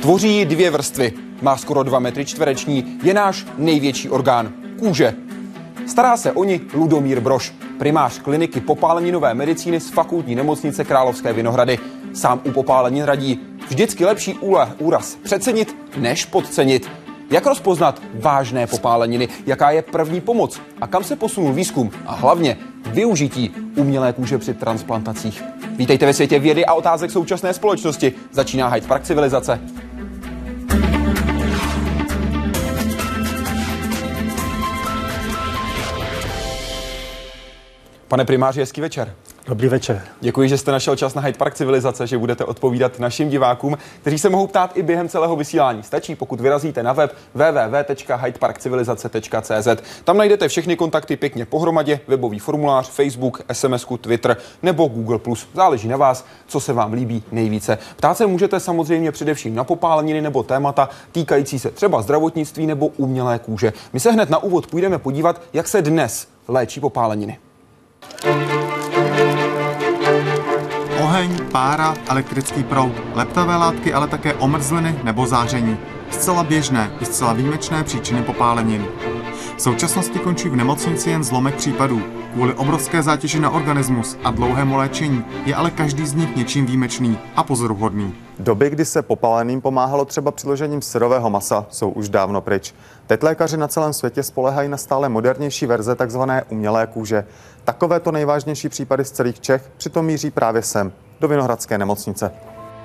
Tvoří ji 2 vrstvy. Má skoro 2 metry čtvereční, je náš největší orgán – kůže. Stará se o ní Ludomír Brož, primář kliniky popáleninové medicíny z Fakultní nemocnice Královské Vinohrady. Sám u popálenin radí: vždycky lepší úraz přecenit, než podcenit. Jak rozpoznat vážné popáleniny, jaká je první pomoc a kam se posunul výzkum a hlavně využití umělé kůže při transplantacích. Vítejte ve světě vědy a otázek současné společnosti. Začíná Hyde Park civilizace. Pane primáři, hezký večer. Dobrý večer. Děkuji, že jste našel čas na Hyde Park civilizace, že budete odpovídat našim divákům, kteří se mohou ptát i během celého vysílání. Stačí, pokud vyrazíte na web www.hydeparkcivilizace.cz. Tam najdete všechny kontakty pěkně pohromadě, webový formulář, Facebook, SMS-ku, Twitter nebo Google+. Záleží na vás, co se vám líbí nejvíce. Ptát se můžete samozřejmě především na popáleniny nebo témata týkající se třeba zdravotnictví nebo umělé kůže. My se hned na úvod půjdeme podívat, jak se dnes léčí popáleniny. Oheň, pára, elektrický proud, leptavé látky, ale také omrzliny nebo záření. Zcela běžné i zcela výjimečné příčiny popálenin. V současnosti končí v nemocnici jen zlomek případů. Kvůli obrovské zátěži na organismus a dlouhému léčení je ale každý z nich něčím výjimečný a pozoruhodný. Doby, kdy se popáleným pomáhalo třeba přiložením syrového masa, jsou už dávno pryč. Teď lékaři na celém světě spoléhají na stále modernější verze takzvané umělé kůže. Takovéto nejvážnější případy z celých Čech přitom míří právě sem, do Vinohradské nemocnice.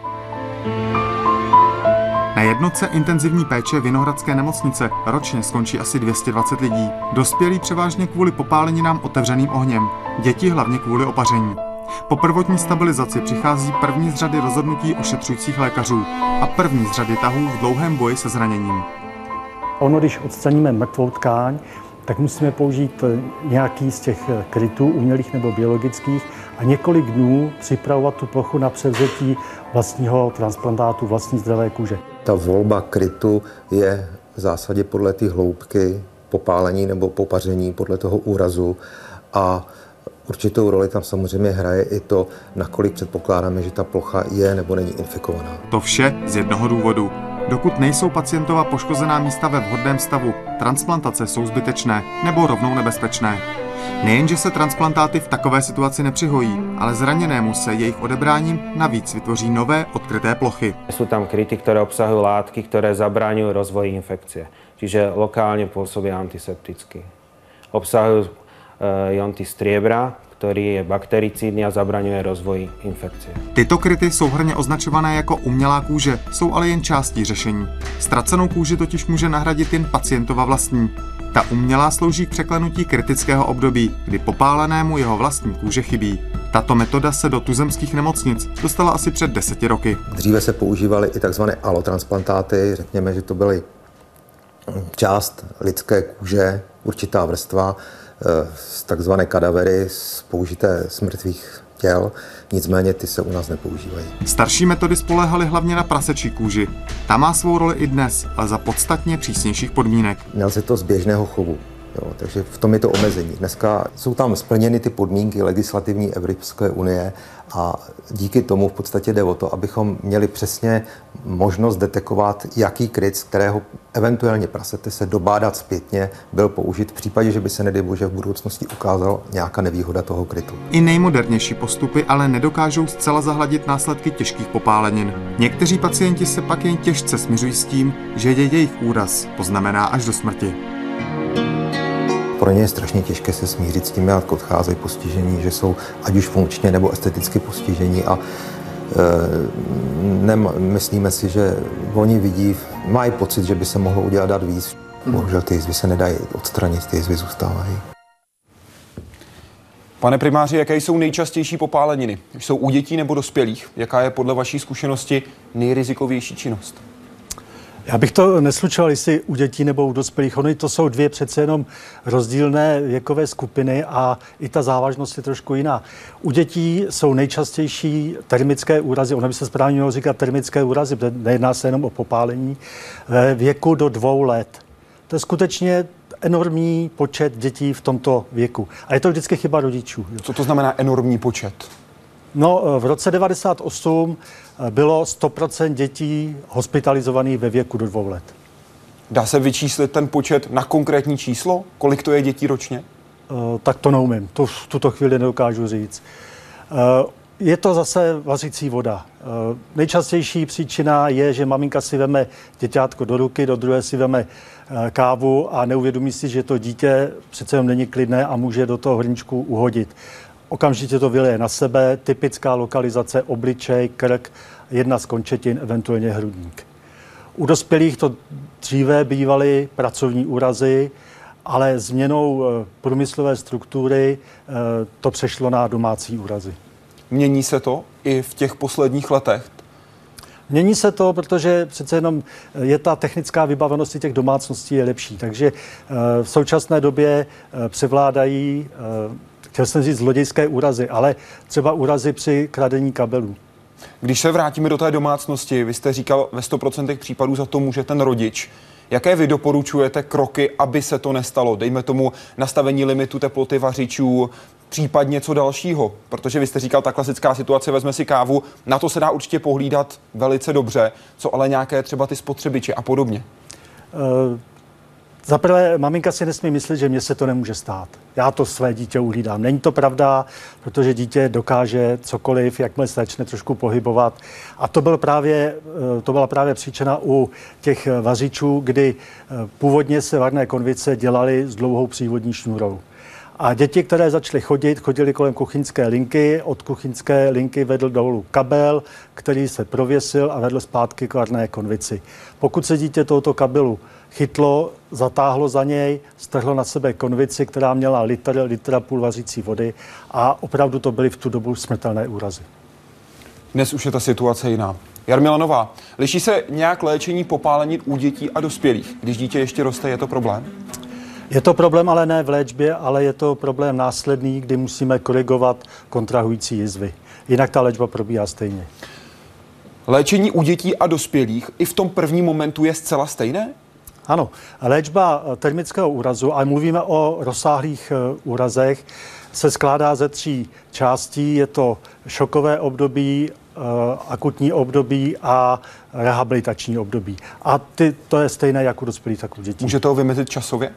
Na jednotce intenzivní péče Vinohradské nemocnice ročně skončí asi 220 lidí. Dospělí převážně kvůli popáleninám otevřeným ohněm, děti hlavně kvůli opaření. Po prvotní stabilizaci přichází první z řady rozhodnutí ošetřujících lékařů a první z řady tahů v dlouhém boji se zraněním. Ono, když odstraníme mrtvou tkáň, tak musíme použít nějaký z těch krytů, umělých nebo biologických, a několik dnů připravovat tu plochu na převzetí vlastního transplantátu, vlastní zdravé kůže. Ta volba krytu je v zásadě podle té hloubky popálení nebo popaření, podle toho úrazu, a určitou roli tam samozřejmě hraje i to, nakolik předpokládáme, že ta plocha je nebo není infikovaná. To vše z jednoho důvodu. Dokud nejsou pacientova poškozená místa ve vhodném stavu, transplantace jsou zbytečné nebo rovnou nebezpečné. Nejenže se transplantáty v takové situaci nepřihojí, ale zraněnému se jejich odebráním navíc vytvoří nové odkryté plochy. Sú tam kryty, ktoré obsahujú látky, ktoré zabraňujú rozvoji infekcie. Čiže lokálne pôsobia antisepticky. Obsahujú jonty striebra, který je baktericídny a zabraňuje rozvoji infekce. Tyto kryty, souhrnně označované jako umělá kůže, jsou ale jen částí řešení. Ztracenou kůži totiž může nahradit jen pacientova vlastní. Ta umělá slouží k překlenutí kritického období, kdy popálenému jeho vlastní kůže chybí. Tato metoda se do tuzemských nemocnic dostala asi před 10 roky. Dříve se používaly i takzvané allotransplantáty, řekněme, že to byly část lidské kůže, určitá vrstva, z takzvané kadavery, z použité z mrtvých těl, nicméně ty se u nás nepoužívají. Starší metody spoléhaly hlavně na prasečí kůži. Ta má svou roli i dnes, ale za podstatně přísnějších podmínek. Nelze to z běžného chovu, jo, takže v tom je to omezení. Dneska jsou tam splněny ty podmínky legislativní Evropské unie a díky tomu v podstatě jde o to, abychom měli přesně možnost detekovat, jaký kryt, z kterého eventuálně prasete se dobádat zpětně, byl použit v případě, že by se, nedej bože, v budoucnosti ukázala nějaká nevýhoda toho krytu. I nejmodernější postupy ale nedokážou zcela zahladit následky těžkých popálenin. Někteří pacienti se pak jen těžce smiřují s tím, že jejich úraz poznamená až do smrti. Pro ně je strašně těžké se smířit s tím, jak odcházejí postižení, že jsou ať už funkčně nebo esteticky postižení, a myslíme si, že oni vidí, mají pocit, že by se mohlo udělat víc. Bohužel ty jizvy se nedají odstranit, ty jizvy zůstávají. Pane primáři, jaké jsou nejčastější popáleniny? Jsou u dětí nebo dospělých? Jaká je podle vaší zkušenosti nejrizikovější činnost? Já bych to neslučoval, jestli u dětí nebo u dospělých. Ony to jsou dvě přece jenom rozdílné věkové skupiny a i ta závažnost je trošku jiná. U dětí jsou nejčastější termické úrazy, ono by se správně mělo říkat termické úrazy, protože nejedná se jenom o popálení, ve věku do 2 let. To je skutečně enormní počet dětí v tomto věku. A je to vždycky chyba rodičů. Co to znamená enormní počet? No, v roce 1998 bylo 100% dětí hospitalizovaných ve věku do 2 let. Dá se vyčíslit ten počet na konkrétní číslo? Kolik to je dětí ročně? Tak to neumím, to v tuto chvíli nedokážu říct. Je to zase vařící voda. Nejčastější příčina je, že maminka si veme děťátko do ruky, do druhé si veme kávu a neuvědomí si, že to dítě přece jenom není klidné a může do toho hrníčku uhodit. Okamžitě to vyleje na sebe, typická lokalizace obličej, krk, jedna z končetin, eventuálně hrudník. U dospělých to dříve bývaly pracovní úrazy, ale změnou průmyslové struktury to přešlo na domácí úrazy. Mění se to i v těch posledních letech? Mění se to, protože přece jenom je ta technická vybavenost těch domácností je lepší. Takže v současné době převládají, chtěl jsem říct, zlodějské úrazy, ale třeba úrazy při kradení kabelů. Když se vrátíme do té domácnosti, vy jste říkal, ve 100% případů za to může ten rodič. Jaké vy doporučujete kroky, aby se to nestalo? Dejme tomu nastavení limitu teploty vařičů, případně něco dalšího. Protože vy jste říkal, ta klasická situace, vezme si kávu, na to se dá určitě pohlídat velice dobře. Co ale nějaké třeba ty spotřebiče a podobně? Zaprvé, maminka si nesmí myslet, že mně se to nemůže stát. Já to své dítě uhlídám. Není to pravda, protože dítě dokáže cokoliv, jakmile se začne trošku pohybovat. A to byla právě příčina u těch vařičů, kdy původně se varné konvice dělaly s dlouhou přívodní šňůrou. A děti, které začaly chodili kolem kuchyňské linky, od kuchyňské linky vedl dolů kabel, který se prověsil a vedl zpátky k varné konvici. Pokud se dítě tohoto kabelu chytlo, zatáhlo za něj, strhlo na sebe konvici, která měla litr a půl vařící vody a opravdu to byly v tu dobu smrtelné úrazy. Dnes už je ta situace jiná. Jarmila Nová, liší se nějak léčení popálení u dětí a dospělých? Když dítě ještě roste, je to problém? Je to problém ale ne v léčbě, ale je to problém následný, kdy musíme korigovat kontrahující jizvy. Jinak ta léčba probíhá stejně. Léčení u dětí a dospělých i v tom prvním momentu je zcela stejné? Ano, léčba termického úrazu, ale mluvíme o rozsáhlých úrazech, se skládá ze 3 částí. Je to šokové období, akutní období a rehabilitační období. A to je stejné jak u dospělých, tak u dětí. Můžete ho vymezit časově?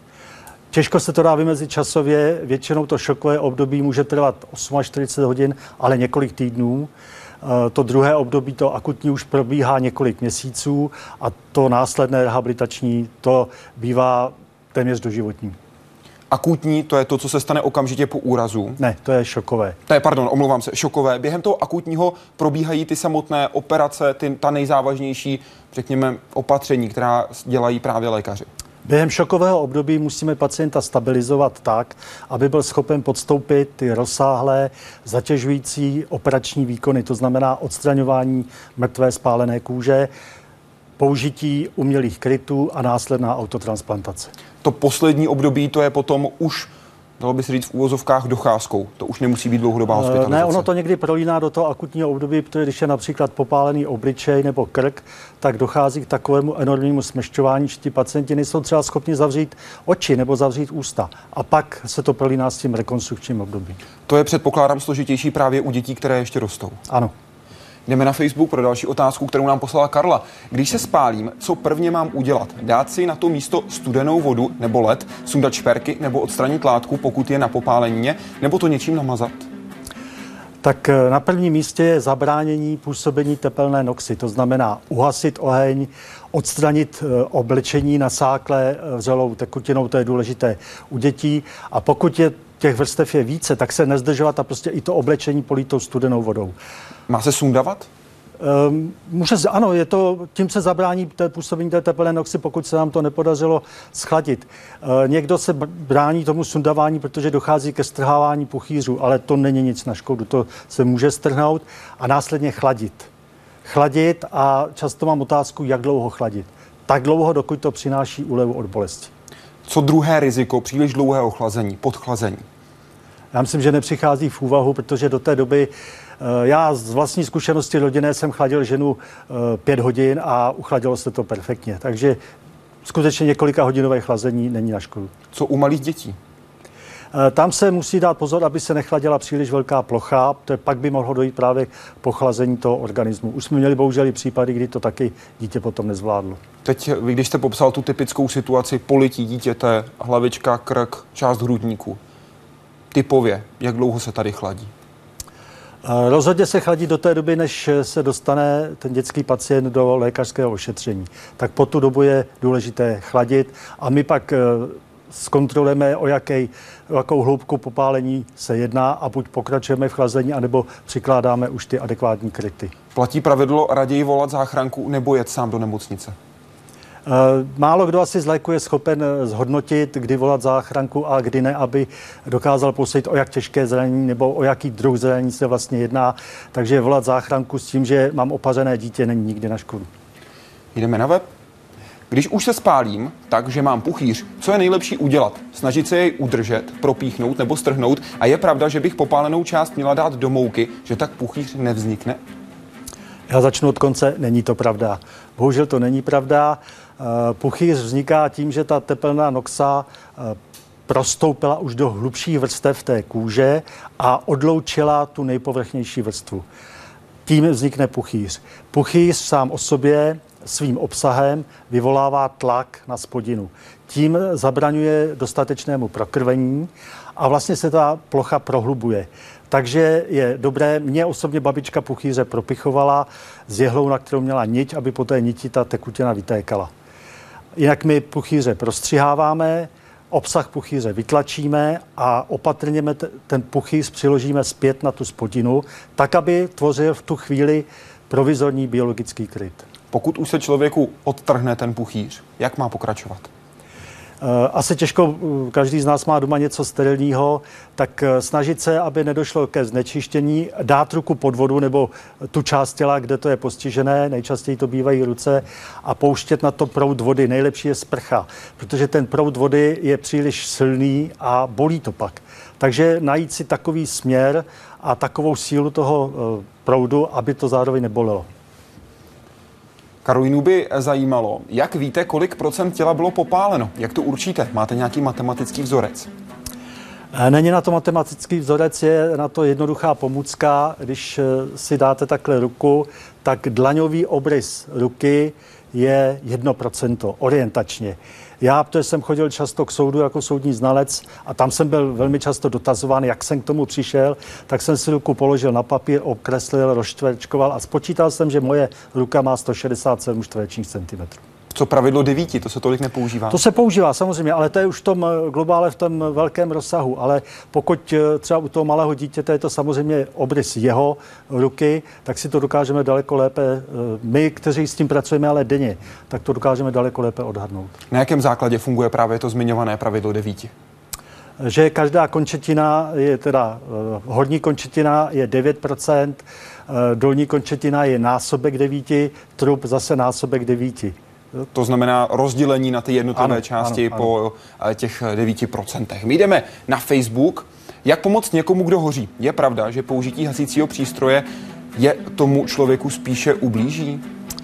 Těžko se to dá vymezit časově. Většinou to šokové období může trvat 48 hodin, ale několik týdnů. To druhé období, to akutní, už probíhá několik měsíců a to následné rehabilitační, to bývá téměř doživotní. Akutní, to je to, co se stane okamžitě po úrazu? Ne, to je šokové. Omlouvám se, šokové. Během toho akutního probíhají ty samotné operace, ta nejzávažnější, řekněme, opatření, která dělají právě lékaři. Během šokového období musíme pacienta stabilizovat tak, aby byl schopen podstoupit ty rozsáhlé, zatěžující operační výkony, to znamená odstraňování mrtvé spálené kůže, použití umělých krytů a následná autotransplantace. To poslední období, to je potom už, dalo by se říct v úvozovkách, docházkou. To už nemusí být dlouhodobá hospitalizace. Ne, ono to někdy prolíná do toho akutního období, protože když je například popálený obličej nebo krk, tak dochází k takovému enormnímu smršťování, že ti pacienti nejsou třeba schopni zavřít oči nebo zavřít ústa. A pak se to prolíná s tím rekonstrukčním obdobím. To je, předpokládám, složitější právě u dětí, které ještě rostou. Ano. Jdeme na Facebook pro další otázku, kterou nám poslala Karla. Když se spálím, co prvně mám udělat? Dát si na to místo studenou vodu nebo led, sundat šperky nebo odstranit látku, pokud je na popálenině, nebo to něčím namazat? Tak na prvním místě je zabránění působení tepelné noxy, to znamená uhasit oheň, odstranit oblečení nasáklé vřelou tekutinou, to je důležité u dětí. A pokud je těch vrstev je více, tak se nezdržovat a prostě i to oblečení polít tou studenou vodou. Má se sundavat? Ano, tím se zabrání působení té tepelné noxy, pokud se nám to nepodařilo schladit. Někdo se brání tomu sundavání, protože dochází ke strhávání puchýřů, ale to není nic na škodu, to se může strhnout a následně chladit. Chladit a často mám otázku, jak dlouho chladit. Tak dlouho, dokud to přináší úlevu od bolesti. Co druhé riziko příliš dlouhého chlazení, podchlazení? Já myslím, že nepřichází v úvahu, protože do té doby já z vlastní zkušenosti rodinné jsem chladil ženu 5 hodin a uchladilo se to perfektně. Takže skutečně několika hodinové chlazení není na škodu. Co u malých dětí? Tam se musí dát pozor, aby se nechladila příliš velká plocha, pak by mohlo dojít právě k pochlazení toho organismu. Už jsme měli bohužel i případy, kdy to taky dítě potom nezvládlo. Teď, když jste popsal tu typickou situaci polití dítěte, hlavička, krk, část hrudníku, typově, jak dlouho se tady chladí? Rozhodně se chladí do té doby, než se dostane ten dětský pacient do lékařského ošetření. Tak po tu dobu je důležité chladit a my pak zkontrolujeme, o jakou hloubku popálení se jedná a buď pokračujeme v chlazení, anebo přikládáme už ty adekvátní kryty. Platí pravidlo raději volat záchranku nebo jet sám do nemocnice? Málo kdo asi z léku je schopen zhodnotit, kdy volat záchranku a kdy ne, aby dokázal posoudit, o jak těžké zranění nebo o jaký druh zranění se vlastně jedná. Takže volat záchranku s tím, že mám opařené dítě, není nikdy na škodu. Jdeme na web. Když už se spálím, takže mám puchýř, co je nejlepší udělat? Snažit se jej udržet, propíchnout nebo strhnout? A je pravda, že bych popálenou část měla dát do mouky, že tak puchýř nevznikne? Já začnu od konce, není to pravda. Bohužel to není pravda. Puchýř vzniká tím, že ta tepelná noxa prostoupila už do hlubších vrstev té kůže a odloučila tu nejpovrchnější vrstvu. Tím vznikne puchýř. Puchýř sám o sobě svým obsahem vyvolává tlak na spodinu. Tím zabraňuje dostatečnému prokrvení a vlastně se ta plocha prohlubuje. Takže je dobré, mě osobně babička puchýře propichovala s jehlou, na kterou měla niť, aby po té niti ta tekutina vytékala. Jinak my puchýře prostřiháváme, obsah puchýře vytlačíme a opatrně ten puchýř přiložíme zpět na tu spodinu, tak, aby tvořil v tu chvíli provizorní biologický kryt. Pokud už se člověku odtrhne ten puchýř, jak má pokračovat? Asi těžko, každý z nás má doma něco sterilního, tak snažit se, aby nedošlo ke znečištění, dát ruku pod vodu nebo tu část těla, kde to je postižené, nejčastěji to bývají ruce, a pouštět na to proud vody. Nejlepší je sprcha, protože ten proud vody je příliš silný a bolí to pak. Takže najít si takový směr a takovou sílu toho proudu, aby to zároveň nebolelo. Karolínu by zajímalo, jak víte, kolik procent těla bylo popáleno? Jak to určíte? Máte nějaký matematický vzorec? Není na to matematický vzorec, je na to jednoduchá pomůcka. Když si dáte takhle ruku, tak dlaňový obrys ruky je 1% orientačně. Já, protože jsem chodil často k soudu jako soudní znalec a tam jsem byl velmi často dotazován, jak jsem k tomu přišel, tak jsem si ruku položil na papír, obkreslil, rozčtverčkoval a spočítal jsem, že moje ruka má 167 čtverečních centimetrů. Co pravidlo 9, to se tolik nepoužívá? To se používá samozřejmě, ale to je už v tom globále, v tom velkém rozsahu. Ale pokud třeba u toho malého dítěte je to samozřejmě obrys jeho ruky, tak si to dokážeme daleko lépe, my, kteří s tím pracujeme ale denně, tak to dokážeme daleko lépe odhadnout. Na jakém základě funguje právě to zmiňované pravidlo 9? Že každá končetina je teda, horní končetina je 9%, dolní končetina je násobek 9, trup zase násobek 9. To znamená rozdělení na ty jednotlivé části po těch 9%. My jdeme na Facebook. Jak pomoct někomu, kdo hoří? Je pravda, že použití hasícího přístroje je tomu člověku spíše ublíží?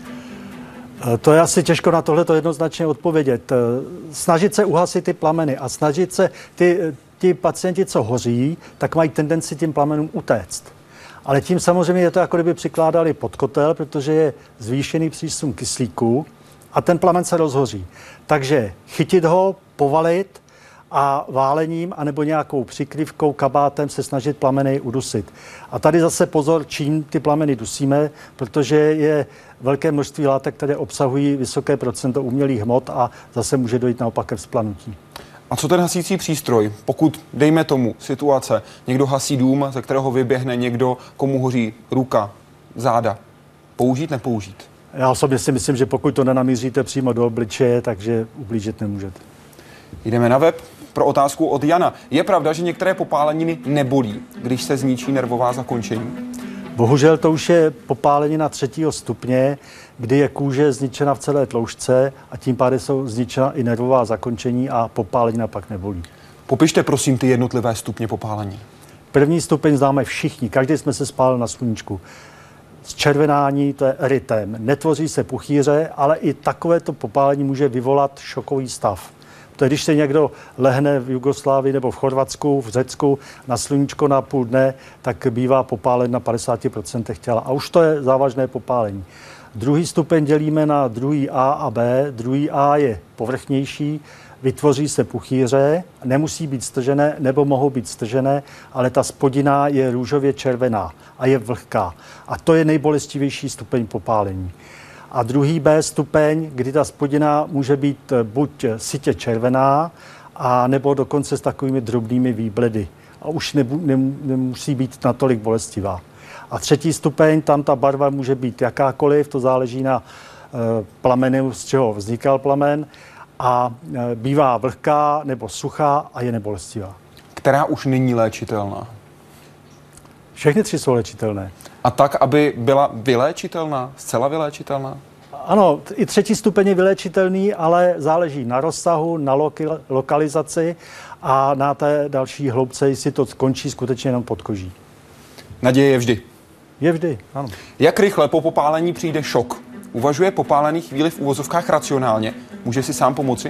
To je asi těžko na tohleto jednoznačně odpovědět. Snažit se uhasit ty plameny a snažit se ti pacienti, co hoří, tak mají tendenci tím plamenům utéct. Ale tím samozřejmě je to, jako kdyby přikládali pod kotel, protože je zvýšený přísun kyslíku a ten plamen se rozhoří. Takže chytit ho, povalit a válením anebo nějakou přikryvkou, kabátem se snažit plameny udusit. A tady zase pozor, čím ty plameny dusíme, protože je velké množství látek, které obsahují vysoké procento umělých hmot a zase může dojít naopak ke vzplanutí. A co ten hasící přístroj? Pokud, dejme tomu, situace, někdo hasí dům, ze kterého vyběhne někdo, komu hoří ruka, záda, použít, nepoužít? Já osobně si myslím, že pokud to nenamíříte přímo do obličeje, takže ublížit nemůžete. Jdeme na web pro otázku od Jana. Je pravda, že některé popáleniny nebolí, když se zničí nervová zakončení? Bohužel to už je popálenina 3. stupně, kdy je kůže zničena v celé tloušťce a tím pádem jsou zničena i nervová zakončení a popálenina pak nebolí. Popište prosím ty jednotlivé stupně popálení. První stupeň známe všichni, každý jsme se spálil na sluníčku. Zčervenání, to je erytém. Netvoří se puchýře, ale i takovéto popálení může vyvolat šokový stav. To je, když se někdo lehne v Jugoslávii nebo v Chorvatsku, v Řecku na sluníčko na půl dne, tak bývá popálen na 50% těla. A už to je závažné popálení. Druhý stupeň dělíme na druhý A a B. Druhý A je povrchnější, vytvoří se puchýře, nemusí být stržené nebo mohou být stržené, ale ta spodina je růžově červená a je vlhká. A to je nejbolestivější stupeň popálení. A druhý B stupeň, kdy ta spodina může být buď sytě červená, a nebo dokonce s takovými drobnými výbledy. A už nemusí být natolik bolestivá. A třetí stupeň, tam ta barva může být jakákoliv, to záleží na plamenu, z čeho vznikal plamen, a bývá vlhká nebo suchá a je nebolestivá. Která už není léčitelná? Všechny tři jsou léčitelné. A tak, aby byla vyléčitelná, zcela vyléčitelná? Ano, i třetí stupeň je vyléčitelný, ale záleží na rozsahu, na lokalizaci a na té další hloubce, jestli to skončí skutečně jenom pod koží. Naděje je vždy. Je vždy, ano. Jak rychle po popálení přijde šok? Uvažuje popálený chvíli v uvozovkách racionálně? Může si sám pomoci?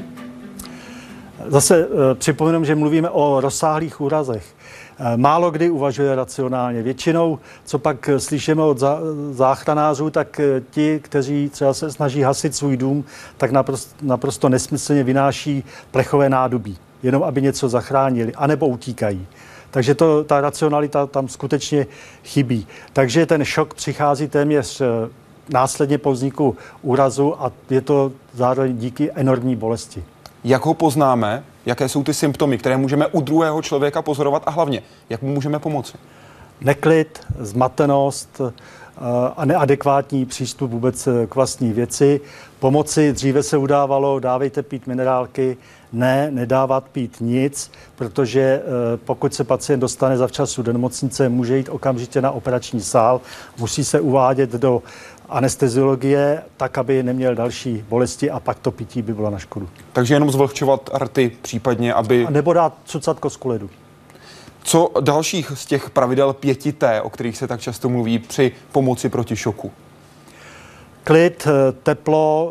Zase připomínám, že mluvíme o rozsáhlých úrazech. Málo kdy uvažuje racionálně. Většinou, co pak slyšíme od záchranářů, tak ti, kteří třeba se snaží hasit svůj dům, tak naprosto nesmyslně vynáší plechové nádobí, jenom aby něco zachránili, anebo utíkají. Takže ta racionalita tam skutečně chybí. Takže ten šok přichází téměř následně po vzniku úrazu a je to zároveň díky enormní bolesti. Jak ho poznáme? Jaké jsou ty symptomy, které můžeme u druhého člověka pozorovat a hlavně, jak mu můžeme pomoci? Neklid, zmatenost a neadekvátní přístup vůbec k vlastní věci. Pomoci dříve se udávalo, dávejte pít minerálky, nedávat pít nic, protože pokud se pacient dostane zavčasu do nemocnice, může jít okamžitě na operační sál, musí se uvádět do anesteziologie, tak, aby neměl další bolesti a pak to pití by bylo na škodu. Takže jenom zvlhčovat rty případně, aby... A nebo dát cucat kostku ledu. Co dalších z těch pravidel 5T, o kterých se tak často mluví při pomoci proti šoku? Klid, teplo,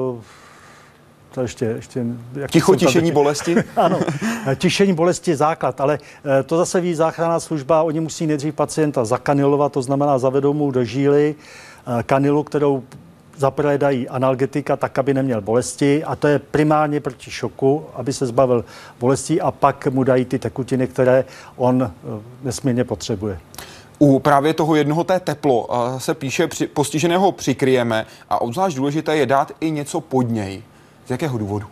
to ještě ticho, tišení bolesti? Ano, tišení bolesti je základ, ale to zase ví záchranná služba, oni musí nejdřív pacienta zakanilovat, to znamená zavedou mu do žíly kanilu, kterou zaprvé dají analgetika, tak, aby neměl bolesti, a to je primárně proti šoku, aby se zbavil bolestí, a pak mu dají ty tekutiny, které on nesmírně potřebuje. U právě toho jednoho té teplo se píše, postiženého přikryjeme a obzvlášť důležité je dát i něco pod něj. Z jakého důvodu?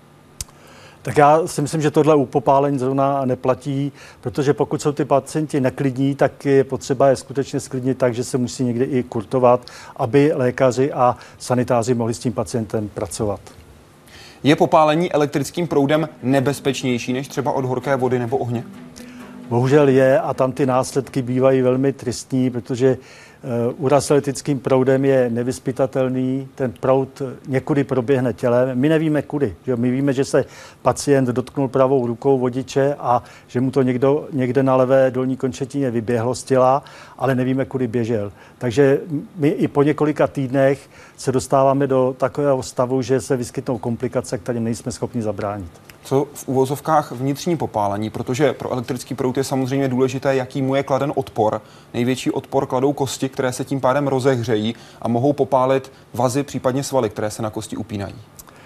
Tak já si myslím, že tohle u popálení zrovna neplatí, protože pokud jsou ty pacienti neklidní, tak je potřeba je skutečně sklidnit tak, že se musí někdy i kurtovat, aby lékaři a sanitáři mohli s tím pacientem pracovat. Je popálení elektrickým proudem nebezpečnější než třeba od horké vody nebo ohně? Bohužel je, a tam ty následky bývají velmi tristní, protože úraz elektrickým proudem je nevyzpytatelný, ten proud někudy proběhne tělem. My nevíme kudy. Že? My víme, že se pacient dotknul pravou rukou vodiče a že mu to někde na levé dolní končetině vyběhlo z těla, ale nevíme, kudy běžel. Takže my i po několika týdnech se dostáváme do takového stavu, že se vyskytnou komplikace, kterým nejsme schopni zabránit. Co v uvozovkách vnitřní popálení, protože pro elektrický proud je samozřejmě důležité, jaký mu je kladen odpor. Největší odpor kladou kosti, které se tím pádem rozehřejí a mohou popálit vazy, případně svaly, které se na kosti upínají.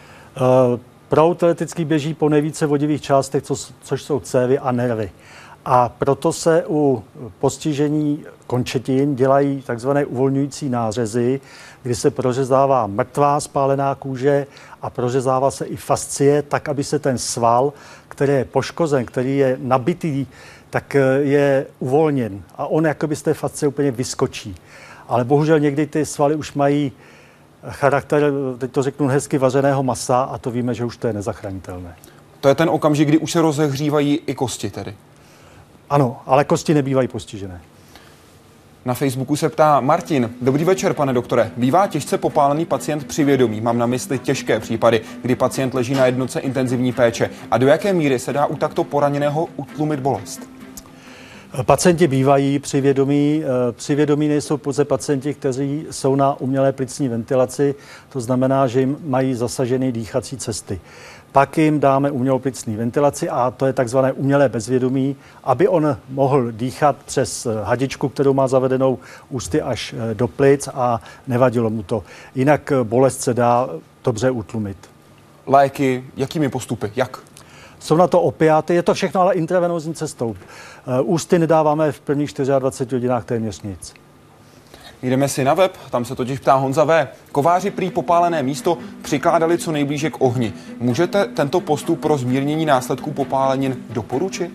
Proud elektrický běží po nejvíce vodivých částech, což jsou cévy a nervy. A proto se u postižení končetin dělají takzvané uvolňující nářezy, kdy se prořezává mrtvá spálená kůže a prořezává se i fascie, tak, aby se ten sval, který je poškozen, který je nabitý, tak je uvolněn. A on jakoby z té fascie úplně vyskočí. Ale bohužel někdy ty svaly už mají charakter, teď to řeknu hezky, vařeného masa, a to víme, že už to je nezachranitelné. To je ten okamžik, kdy už se rozehřívají i kosti tedy? Ano, ale kosti nebývají postižené. Na Facebooku se ptá Martin. Dobrý večer, pane doktore. Bývá těžce popálený pacient při vědomí. Mám na mysli těžké případy, kdy pacient leží na jednotce intenzivní péče. A do jaké míry se dá u takto poraněného utlumit bolest? Pacienti bývají při vědomí. Při vědomí nejsou pouze pacienti, kteří jsou na umělé plicní ventilaci. To znamená, že jim mají zasažené dýchací cesty. Pak jim dáme uměloplicní ventilaci a to je takzvané umělé bezvědomí, aby on mohl dýchat přes hadičku, kterou má zavedenou ústy až do plic a nevadilo mu to. Jinak bolest se dá dobře utlumit. Léky, jakými postupy, jak? Jsou na to opiáty, je to všechno ale intravenózní cestou. Ústy nedáváme v prvních 24 hodinách téměř nic. Jdeme si na web, tam se totiž ptá Honza V. Kováři prý popálené místo přikládali co nejblíže k ohni. Můžete tento postup pro zmírnění následků popálenin doporučit?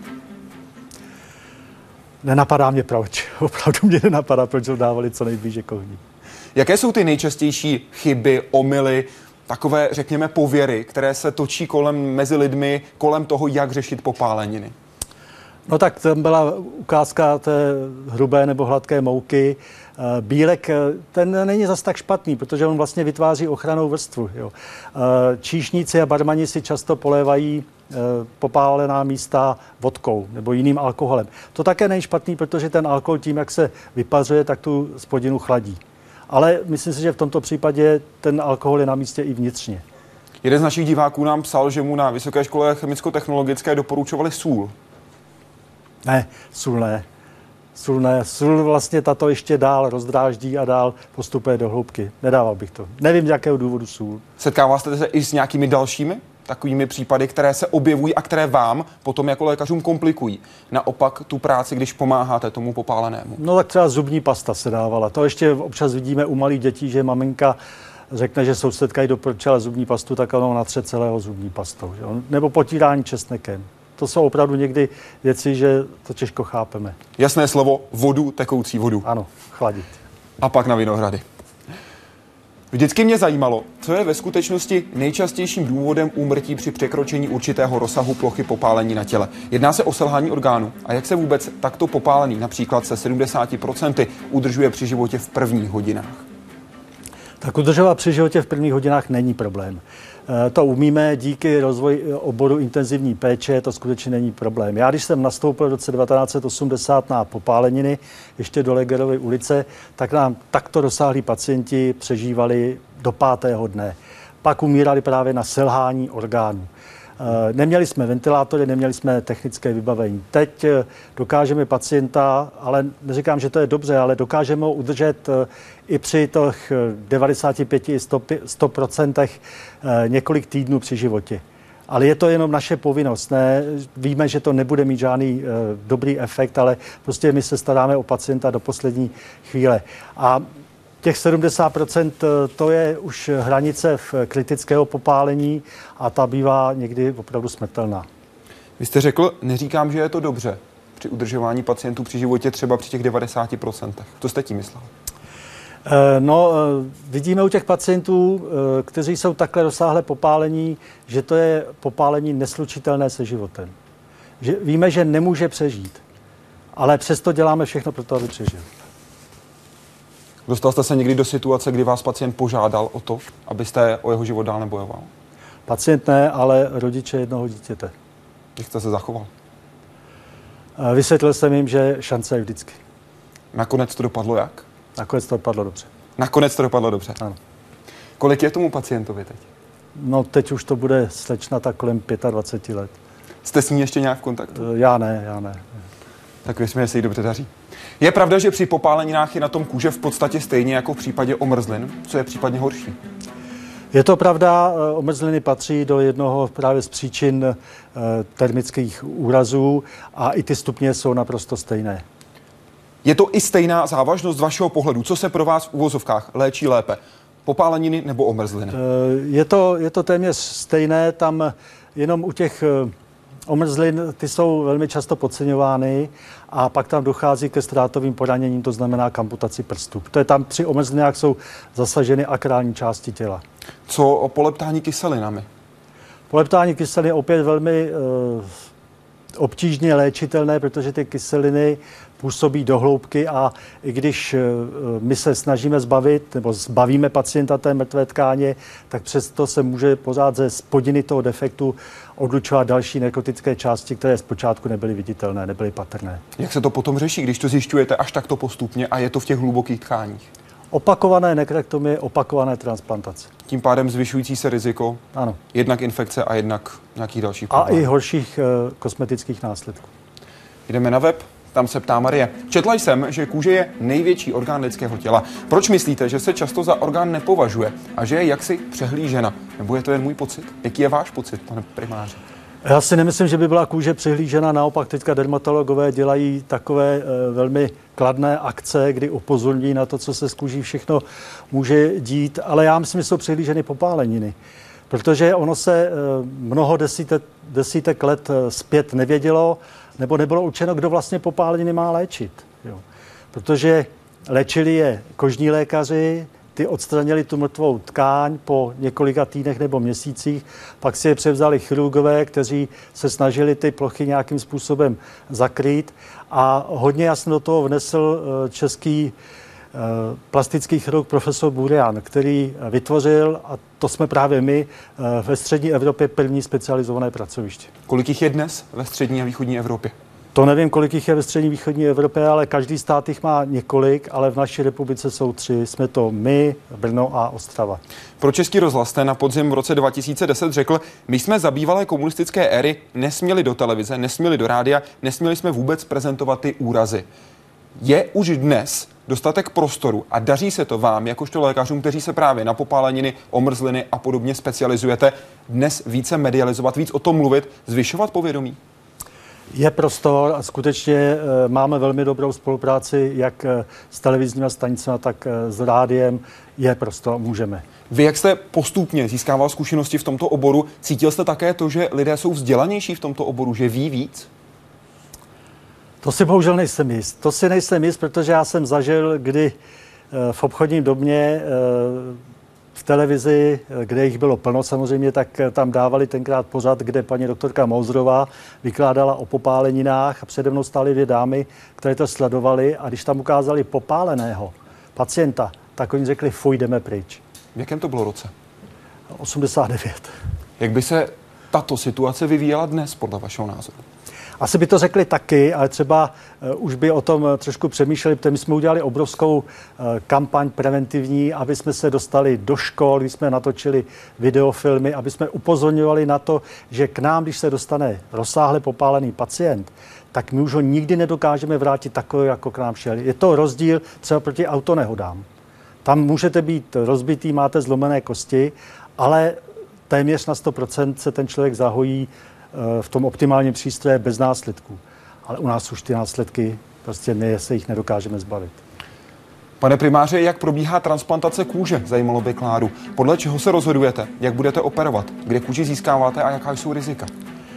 Nenapadá mě proč. Opravdu mě nenapadá, proč ho dávali co nejblíže k ohni. Jaké jsou ty nejčastější chyby, omyly, takové, řekněme, pověry, které se točí mezi lidmi kolem toho, jak řešit popáleniny? No tak tam byla ukázka té hrubé nebo hladké mouky. Bílek, ten není zas tak špatný, protože on vlastně vytváří ochrannou vrstvu. Jo. Číšníci a barmani si často polévají popálená místa vodkou nebo jiným alkoholem. To také není špatný, protože ten alkohol tím, jak se vypařuje, tak tu spodinu chladí. Ale myslím si, že v tomto případě ten alkohol je na místě i vnitřně. Jeden z našich diváků nám psal, že mu na Vysoké škole chemicko-technologické doporučovali sůl. Ne, sůl ne. Sůl vlastně tato ještě dál rozdráždí a dál postupuje do hloubky. Nedával bych to. Nevím, z jakého důvodu sůl. Setkává jste se i s nějakými dalšími takovými případy, které se objevují a které vám potom jako lékařům komplikují? Naopak tu práci, když pomáháte tomu popálenému. No tak třeba zubní pasta se dávala. To ještě občas vidíme u malých dětí, že maminka řekne, že sousedka jí doporučila zubní pastu, tak ono natře celého zubní pastou. Že? Nebo potírání česnekem. To jsou opravdu někdy věci, že to těžko chápeme. Jasné slovo, vodu, tekoucí vodu. Ano, chladit. A pak na vinohrady. Vždycky mě zajímalo, co je ve skutečnosti nejčastějším důvodem úmrtí při překročení určitého rozsahu plochy popálení na těle. Jedná se o selhání orgánů a jak se vůbec takto popálený, například se 70%, udržuje při životě v prvních hodinách? Tak udržovat při životě v prvních hodinách není problém. To umíme díky rozvoji oboru intenzivní péče, to skutečně není problém. Já, když jsem nastoupil v roce 1980 na popáleniny, ještě do Legerovy ulice, tak nám takto rozsáhlí pacienti přežívali do 5. dne. Pak umírali právě na selhání orgánů. Neměli jsme ventilátory, neměli jsme technické vybavení. Teď dokážeme pacienta, ale neříkám, že to je dobře, ale dokážeme ho udržet i při těch 95 i 100% několik týdnů při životě. Ale je to jenom naše povinnost. Ne? Víme, že to nebude mít žádný dobrý efekt, ale prostě my se staráme o pacienta do poslední chvíle. A těch 70% to je už hranice v kritického popálení a ta bývá někdy opravdu smrtelná. Vy jste řekl, neříkám, že je to dobře při udržování pacientů při životě třeba při těch 90%. Co jste tím myslel? No, vidíme u těch pacientů, kteří jsou takhle rozsáhle popálení, že to je popálení neslučitelné se životem. Že víme, že nemůže přežít, ale přesto děláme všechno pro to, aby přežil. Dostal jste se někdy do situace, kdy vás pacient požádal o to, abyste o jeho život dál nebojoval? Pacient ne, ale rodiče jednoho dítěte. Jak jste se zachoval? Vysvětlil jsem jim, že šance je vždycky. Nakonec to dopadlo jak? Nakonec to dopadlo dobře. Nakonec to dopadlo dobře? Ano. Kolik je tomu pacientovi teď? No teď už to bude slečna tak kolem 25 let. Jste s ní ještě nějak v kontaktu? Já ne. Tak věřme, že se jí dobře daří. Je pravda, že při popáleninách je na tom kůže v podstatě stejně jako v případě omrzlin? Co je případně horší? Je to pravda, omrzliny patří do jednoho právě z příčin termických úrazů a i ty stupně jsou naprosto stejné. Je to i stejná závažnost z vašeho pohledu? Co se pro vás v uvozovkách léčí lépe? Popáleniny nebo omrzliny? Je to téměř stejné, tam jenom u těch omrzlin, ty jsou velmi často podceňovány a pak tam dochází ke ztrátovým poraněním, to znamená k amputaci prstů. To je tam při omrzlinách jsou zasaženy akrální části těla. Co o poleptání kyselinami? Poleptání kyselin je opět velmi obtížně léčitelné, protože ty kyseliny působí do hloubky a i když my se snažíme zbavíme pacienta té mrtvé tkáně, tak přesto se může pořád ze spodiny toho defektu odlučovat další nekrotické části, které zpočátku nebyly viditelné, nebyly patrné. Jak se to potom řeší, když to zjišťujete až takto postupně a je to v těch hlubokých tkáních? Opakované nekrektomie, opakované transplantace. Tím pádem zvyšující se riziko, ano. Jednak infekce a jednak nějakých dalších problémů. problémů. A i horších kosmetických následků. Jdeme na web, tam se ptá Marie. Četla jsem, že kůže je největší orgán lidského těla. Proč myslíte, že se často za orgán nepovažuje a že je jaksi přehlížena? Nebo je to jen můj pocit? Jaký je váš pocit, pane primáři? Já si nemyslím, že by byla kůže přehlížena, naopak teďka dermatologové dělají takové velmi kladné akce, kdy upozorní na to, co se s kůží všechno může dít, ale já myslím, že jsou přehlíženy popáleniny, protože ono se mnoho desítek let zpět nevědělo, nebo nebylo určeno, kdo vlastně popáleniny má léčit. Jo. Protože léčili je kožní lékaři, ty odstranili tu mrtvou tkáň po několika týdnech nebo měsících, pak si je převzali chirurgové, kteří se snažili ty plochy nějakým způsobem zakrýt a hodně jasně do toho vnesl český plastický chirurg profesor Burian, který vytvořil, a to jsme právě my, ve střední Evropě první specializované pracoviště. Kolik jich je dnes ve střední a východní Evropě? To nevím, kolik jich je ve střední východní Evropě, ale každý stát jich má několik, ale v naší republice jsou 3. Jsme to my, Brno a Ostrava. Pro Český rozhlas jste na podzim v roce 2010 řekl, my jsme za bývalé komunistické éry nesměli do televize, nesměli do rádia, nesměli jsme vůbec prezentovat ty úrazy. Je už dnes dostatek prostoru a daří se to vám, jakožto lékařům, kteří se právě na popáleniny, omrzliny a podobně specializujete, dnes více medializovat, víc o tom mluvit, zvyšovat povědomí? Je prostor a skutečně máme velmi dobrou spolupráci jak s televizními stanicemi, tak s rádiem. Je prostor, můžeme. Vy, jak jste postupně získával zkušenosti v tomto oboru, cítil jste také to, že lidé jsou vzdělanější v tomto oboru, že ví víc? To si bohužel nejsem jist. To si nejsem jist, protože já jsem zažil, kdy v obchodním domě v televizi, kde jich bylo plno samozřejmě, tak tam dávali tenkrát pořad, kde paní doktorka Mouzrová vykládala o popáleninách a přede mnou stály 2 dámy, které to sledovaly a když tam ukázali popáleného pacienta, tak oni řekli, fuj, jdeme pryč. V jakém to bylo roce? 89. Jak by se tato situace vyvíjela dnes, podle vašeho názoru? Asi by to řekli taky, ale třeba už by o tom trošku přemýšleli, protože my jsme udělali obrovskou kampaň preventivní, aby jsme se dostali do škol, když jsme natočili videofilmy, aby jsme upozorňovali na to, že k nám, když se dostane rozsáhle popálený pacient, tak my už ho nikdy nedokážeme vrátit takový, jako k nám šel. Je to rozdíl třeba proti autonehodám. Tam můžete být rozbitý, máte zlomené kosti, ale téměř na 100% se ten člověk zahojí v tom optimálním přístroje bez následků. Ale u nás už ty následky, prostě my se jich nedokážeme zbavit. Pane primáře, jak probíhá transplantace kůže? Zajímalo by Kláru. Podle čeho se rozhodujete? Jak budete operovat? Kde kůži získáváte a jaká jsou rizika?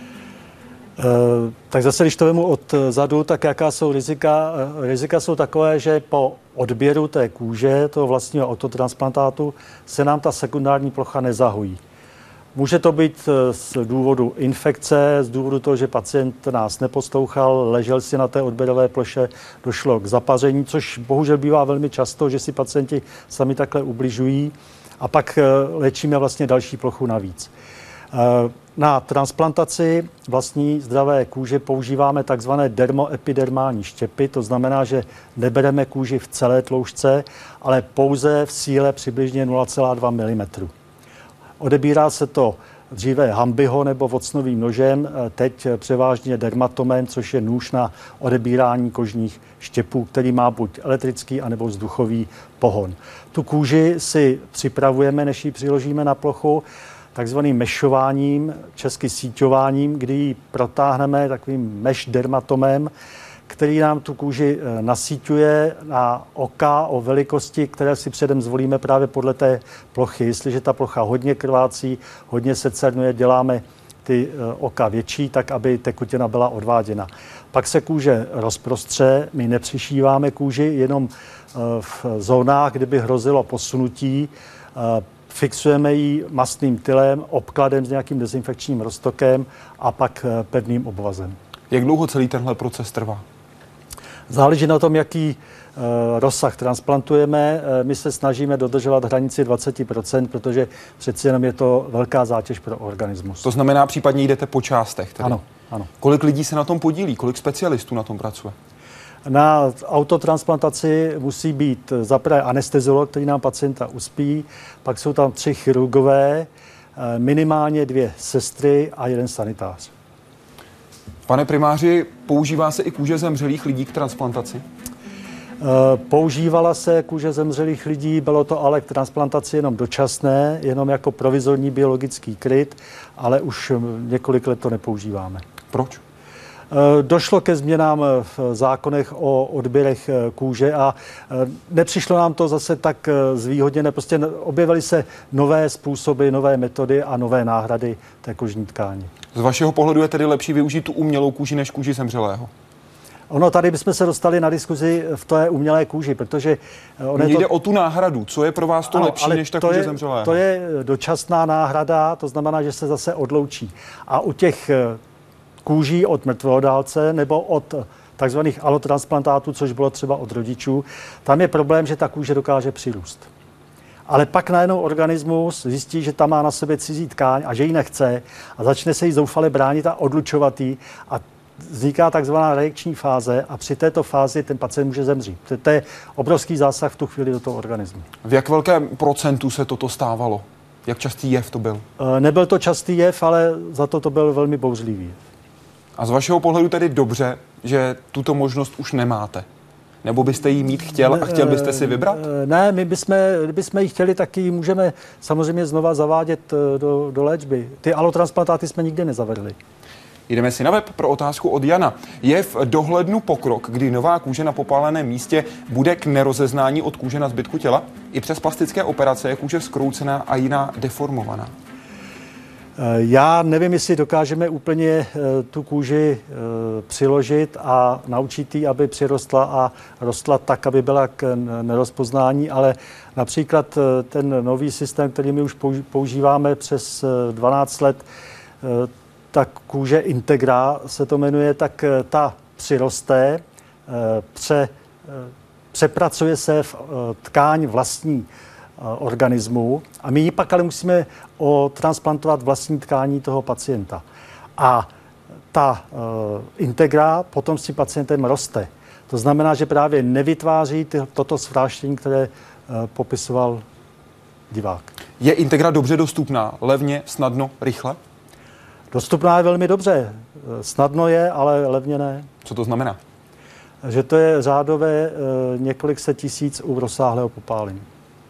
Tak zase, když to vemu odzadu, tak jaká jsou rizika? Rizika jsou takové, že po odběru té kůže, toho vlastního autotransplantátu, se nám ta sekundární plocha nezahojí. Může to být z důvodu infekce, z důvodu toho, že pacient nás neposlouchal, ležel si na té odběrové ploše, došlo k zapaření, což bohužel bývá velmi často, že si pacienti sami takhle ubližují a pak léčíme vlastně další plochu navíc. Na transplantaci vlastní zdravé kůže používáme takzvané dermoepidermální štěpy, to znamená, že nebereme kůži v celé tloušťce, ale pouze v síle přibližně 0,2 mm. Odebírá se to dříve hambiho nebo vocnovým nožem, teď převážně dermatomem, což je nůž na odebírání kožních štěpů, který má buď elektrický anebo vzduchový pohon. Tu kůži si připravujeme, než ji přiložíme na plochu, takzvaným mešováním, česky síťováním, kdy ji protáhneme takovým mesh dermatomem, který nám tu kůži nasíťuje na oka o velikosti, které si předem zvolíme právě podle té plochy. Jestliže ta plocha hodně krvácí, hodně se cernuje, děláme ty oka větší, tak aby tekutina byla odváděna. Pak se kůže rozprostře, my nepřišíváme kůži, jenom v zónách, kde by hrozilo posunutí, fixujeme ji mastným tylem, obkladem s nějakým dezinfekčním roztokem a pak pevným obvazem. Jak dlouho celý tenhle proces trvá? Záleží na tom, jaký rozsah transplantujeme. My se snažíme dodržovat hranici 20%, protože přeci jenom je to velká zátěž pro organismus. To znamená, případně jdete po částech. Tedy. Ano, ano. Kolik lidí se na tom podílí? Kolik specialistů na tom pracuje? Na autotransplantaci musí být zaprvé anesteziolog, který nám pacienta uspí, pak jsou tam 3 chirurgové, minimálně 2 sestry a 1 sanitář. Pane primáři, používá se i kůže zemřelých lidí k transplantaci? Používala se kůže zemřelých lidí, bylo to ale k transplantaci jenom dočasné, jenom jako provizorní biologický kryt, ale už několik let to nepoužíváme. Proč? Došlo ke změnám v zákonech o odběrech kůže a nepřišlo nám to zase tak zvýhodněné. Prostě objevily se nové způsoby, nové metody a nové náhrady té kožní tkáně. Z vašeho pohledu je tedy lepší využít tu umělou kůži než kůži zemřelého? Ono tady bychom se dostali na diskuzi v té umělé kůži, protože... Mně jde o tu náhradu. Co je pro vás to lepší než ta kůže zemřelého? To je dočasná náhrada, to znamená, že se zase odloučí. A u těch kůží od mrtvého dálce nebo od takzvaných allotransplantátů, což bylo třeba od rodičů, tam je problém, že ta kůže dokáže přirůst. Ale pak najednou organismus zjistí, že tam má na sobě cizí tkáň a že ji nechce a začne se jí zoufale bránit a odlučovat jí a vzniká takzvaná reakční fáze a při této fázi ten pacient může zemřít. To je obrovský zásah v tu chvíli do toho organismu. V jak velkém procentu se toto stávalo? Jak častý jev to byl? Nebyl to častý jev, ale za to byl velmi bouřlivý jev. A z vašeho pohledu tedy dobře, že tuto možnost už nemáte? Nebo byste ji mít chtěl a chtěl byste si vybrat? Ne, kdybychom ji chtěli, tak ji můžeme samozřejmě znova zavádět do léčby. Ty allotransplantáty jsme nikdy nezavedli. Jdeme si na web pro otázku od Jana. Je v dohlednu pokrok, kdy nová kůže na popáleném místě bude k nerozeznání od kůže na zbytku těla? I přes plastické operace je kůže zkroucená a jiná deformovaná. Já nevím, jestli dokážeme úplně tu kůži přiložit a naučit ji, aby přirostla a rostla tak, aby byla k nerozpoznání, ale například ten nový systém, který my už používáme přes 12 let, tak kůže Integra se to jmenuje, tak ta přiroste, přepracuje se v tkáň vlastní organismu a my ji pak ale musíme transplantovat vlastní tkání toho pacienta. A ta Integra potom s tím pacientem roste. To znamená, že právě nevytváří toto zvráštění, které popisoval divák. Je Integra dobře dostupná? Levně, snadno, rychle? Dostupná je velmi dobře. Snadno je, ale levně ne. Co to znamená? Že to je řádové několik set tisíc u rozsáhlého popálení.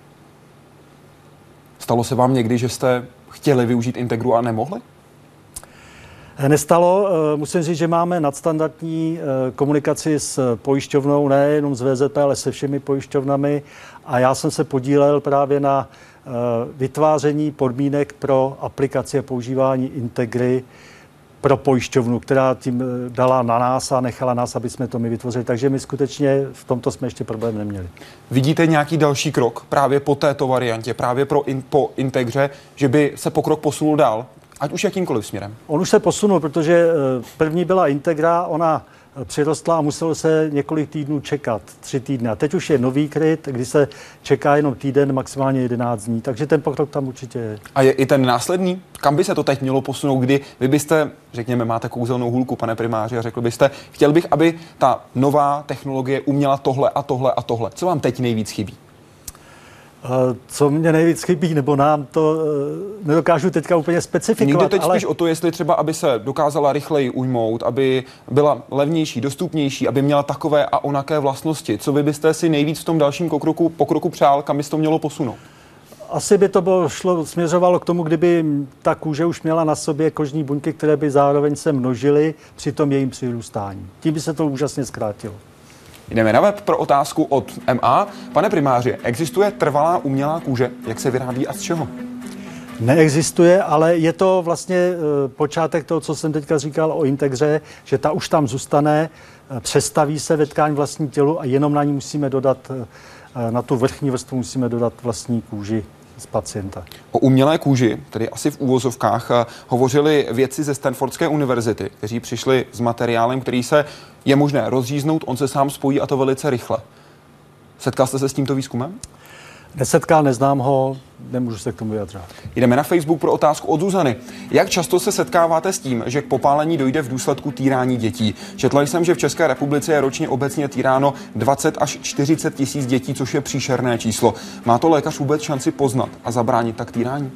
Stalo se vám někdy, že jste chtěli využít Integru a nemohli? Nestalo. Musím říct, že máme nadstandardní komunikaci s pojišťovnou, nejenom s VZP, ale se všemi pojišťovnami. A já jsem se podílel právě na vytváření podmínek pro aplikaci a používání Integry pro pojišťovnu, která tím dala na nás a nechala nás, aby jsme to my vytvořili. Takže my skutečně v tomto jsme ještě problém neměli. Vidíte nějaký další krok právě po této variantě, právě po Integře, že by se pokrok posunul dál, ať už jakýmkoliv směrem? On už se posunul, protože první byla Integra, ona přirostla a muselo se několik týdnů čekat, 3 týdny. A teď už je nový kryt, kdy se čeká jenom týden, maximálně 11 dní. Takže ten pokrok tam určitě je. A je i ten následný? Kam by se to teď mělo posunout, kdy vy byste, řekněme, máte kouzelnou hůlku, pane primáři, a řekl byste, chtěl bych, aby ta nová technologie uměla tohle a tohle a tohle. Co vám teď nejvíc chybí? Co mě nejvíc chybí, nebo nám to nedokážu teďka úplně specifikovat. Někde teď spíš o to, jestli třeba, aby se dokázala rychleji ujmout, aby byla levnější, dostupnější, aby měla takové a onaké vlastnosti. Co vy byste si nejvíc v tom dalším pokroku přál, kam by se to mělo posunout? Asi by to směřovalo k tomu, kdyby ta kůže už měla na sobě kožní buňky, které by zároveň se množily při tom jejím přirůstání. Tím by se to úžasně zkrátilo. Jdeme na web pro otázku od MA. Pane primáři, existuje trvalá umělá kůže? Jak se vyrábí a z čeho? Neexistuje, ale je to vlastně počátek toho, co jsem teďka říkal o Integře, že ta už tam zůstane, přestaví se ve tkáň vlastní tělu a jenom na ní musíme dodat, na tu vrchní vrstvu musíme dodat vlastní kůži z pacienta. O umělé kůži, tedy asi v úvozovkách, hovořili vědci ze Stanfordské univerzity, kteří přišli s materiálem, který se je možné rozříznout, on se sám spojí a to velice rychle. Setkal jste se s tímto výzkumem? Nesetkal, neznám ho, nemůžu se k tomu vyjadřovat. Jdeme na Facebook pro otázku od Zuzany. Jak často se setkáváte s tím, že k popálení dojde v důsledku týrání dětí? Četla jsem, že v České republice je ročně obecně týráno 20 až 40 tisíc dětí, což je příšerné číslo. Má to lékař vůbec šanci poznat a zabránit tak týrání?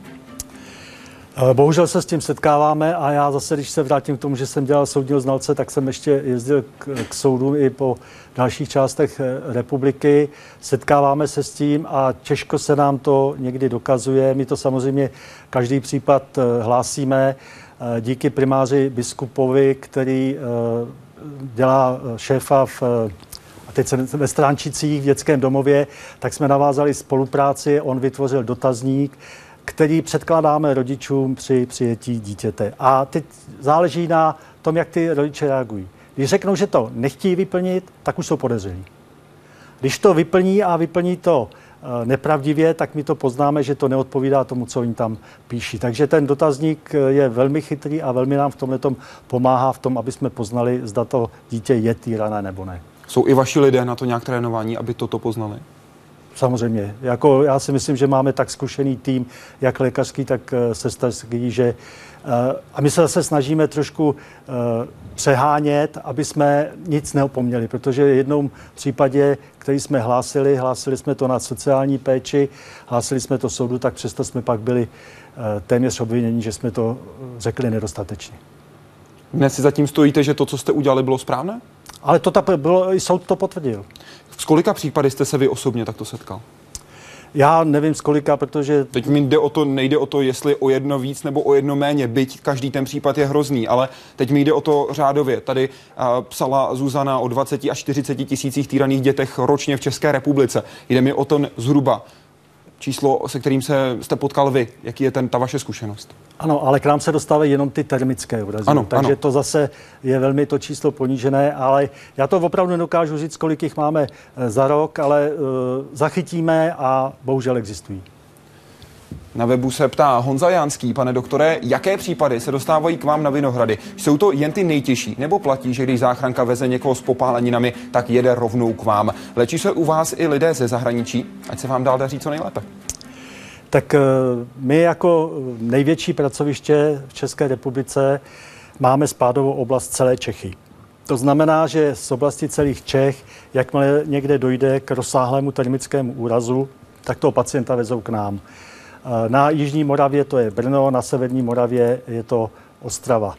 Bohužel se s tím setkáváme a já zase, když se vrátím k tomu, že jsem dělal soudního znalce, tak jsem ještě jezdil k soudu i po dalších částech republiky. Setkáváme se s tím a těžko se nám to někdy dokazuje. My to samozřejmě každý případ hlásíme díky primáři biskupovi, který dělá šéfa a teď jsem ve Stránčicích v dětském domově, tak jsme navázali spolupráci, on vytvořil dotazník, který předkládáme rodičům při přijetí dítěte. A teď záleží na tom, jak ty rodiče reagují. Když řeknou, že to nechtějí vyplnit, tak už jsou podezřelí. Když to vyplní a vyplní to nepravdivě, tak my to poznáme, že to neodpovídá tomu, co oni tam píší. Takže ten dotazník je velmi chytrý a velmi nám v tomhletom pomáhá v tom, aby jsme poznali, zda to dítě je týrané nebo ne. Jsou i vaši lidé na to nějak trénovaní, aby toto poznali? Samozřejmě. Já si myslím, že máme tak zkušený tým, jak lékařský, tak sestřický, že a my se zase snažíme trošku přehánět, aby jsme nic neopomněli, protože v jednom případě, který jsme hlásili jsme to na sociální péči, hlásili jsme to soudu, tak přesto jsme pak byli téměř obviněni, že jsme to řekli nedostatečně. Dnes si zatím stojíte, že to, co jste udělali, bylo správné? Ale to tak bylo, i soud to potvrdil. S kolika případy jste se vy osobně takto setkal? Já nevím z kolika, protože... Teď mi nejde o to, jestli o jedno víc nebo o jedno méně, byť každý ten případ je hrozný, ale teď mi jde o to řádově. Tady psala Zuzana o 20 až 40 tisících týraných dětech ročně v České republice. Jde mi o to zhruba číslo, se kterým jste potkal vy. Jaký je ta vaše zkušenost? Ano, ale k nám se dostávají jenom ty termické úrazy. Takže to zase je velmi to číslo ponížené, ale já to opravdu nedokážu říct, kolik jich máme za rok, ale zachytíme a bohužel existují. Na webu se ptá Honza Janský, pane doktore, jaké případy se dostávají k vám na Vinohrady? Jsou to jen ty nejtěžší, nebo platí, že když záchranka veze někoho s popáleninami, tak jede rovnou k vám? Léčí se u vás i lidé ze zahraničí? Ať se vám dál daří co nejlépe. Tak my jako největší pracoviště v České republice máme spádovou oblast celé Čechy. To znamená, že z oblasti celých Čech, jakmile někde dojde k rozsáhlému termickému úrazu, tak toho pacienta vezou k nám. Na jižní Moravě to je Brno, na severní Moravě je to Ostrava.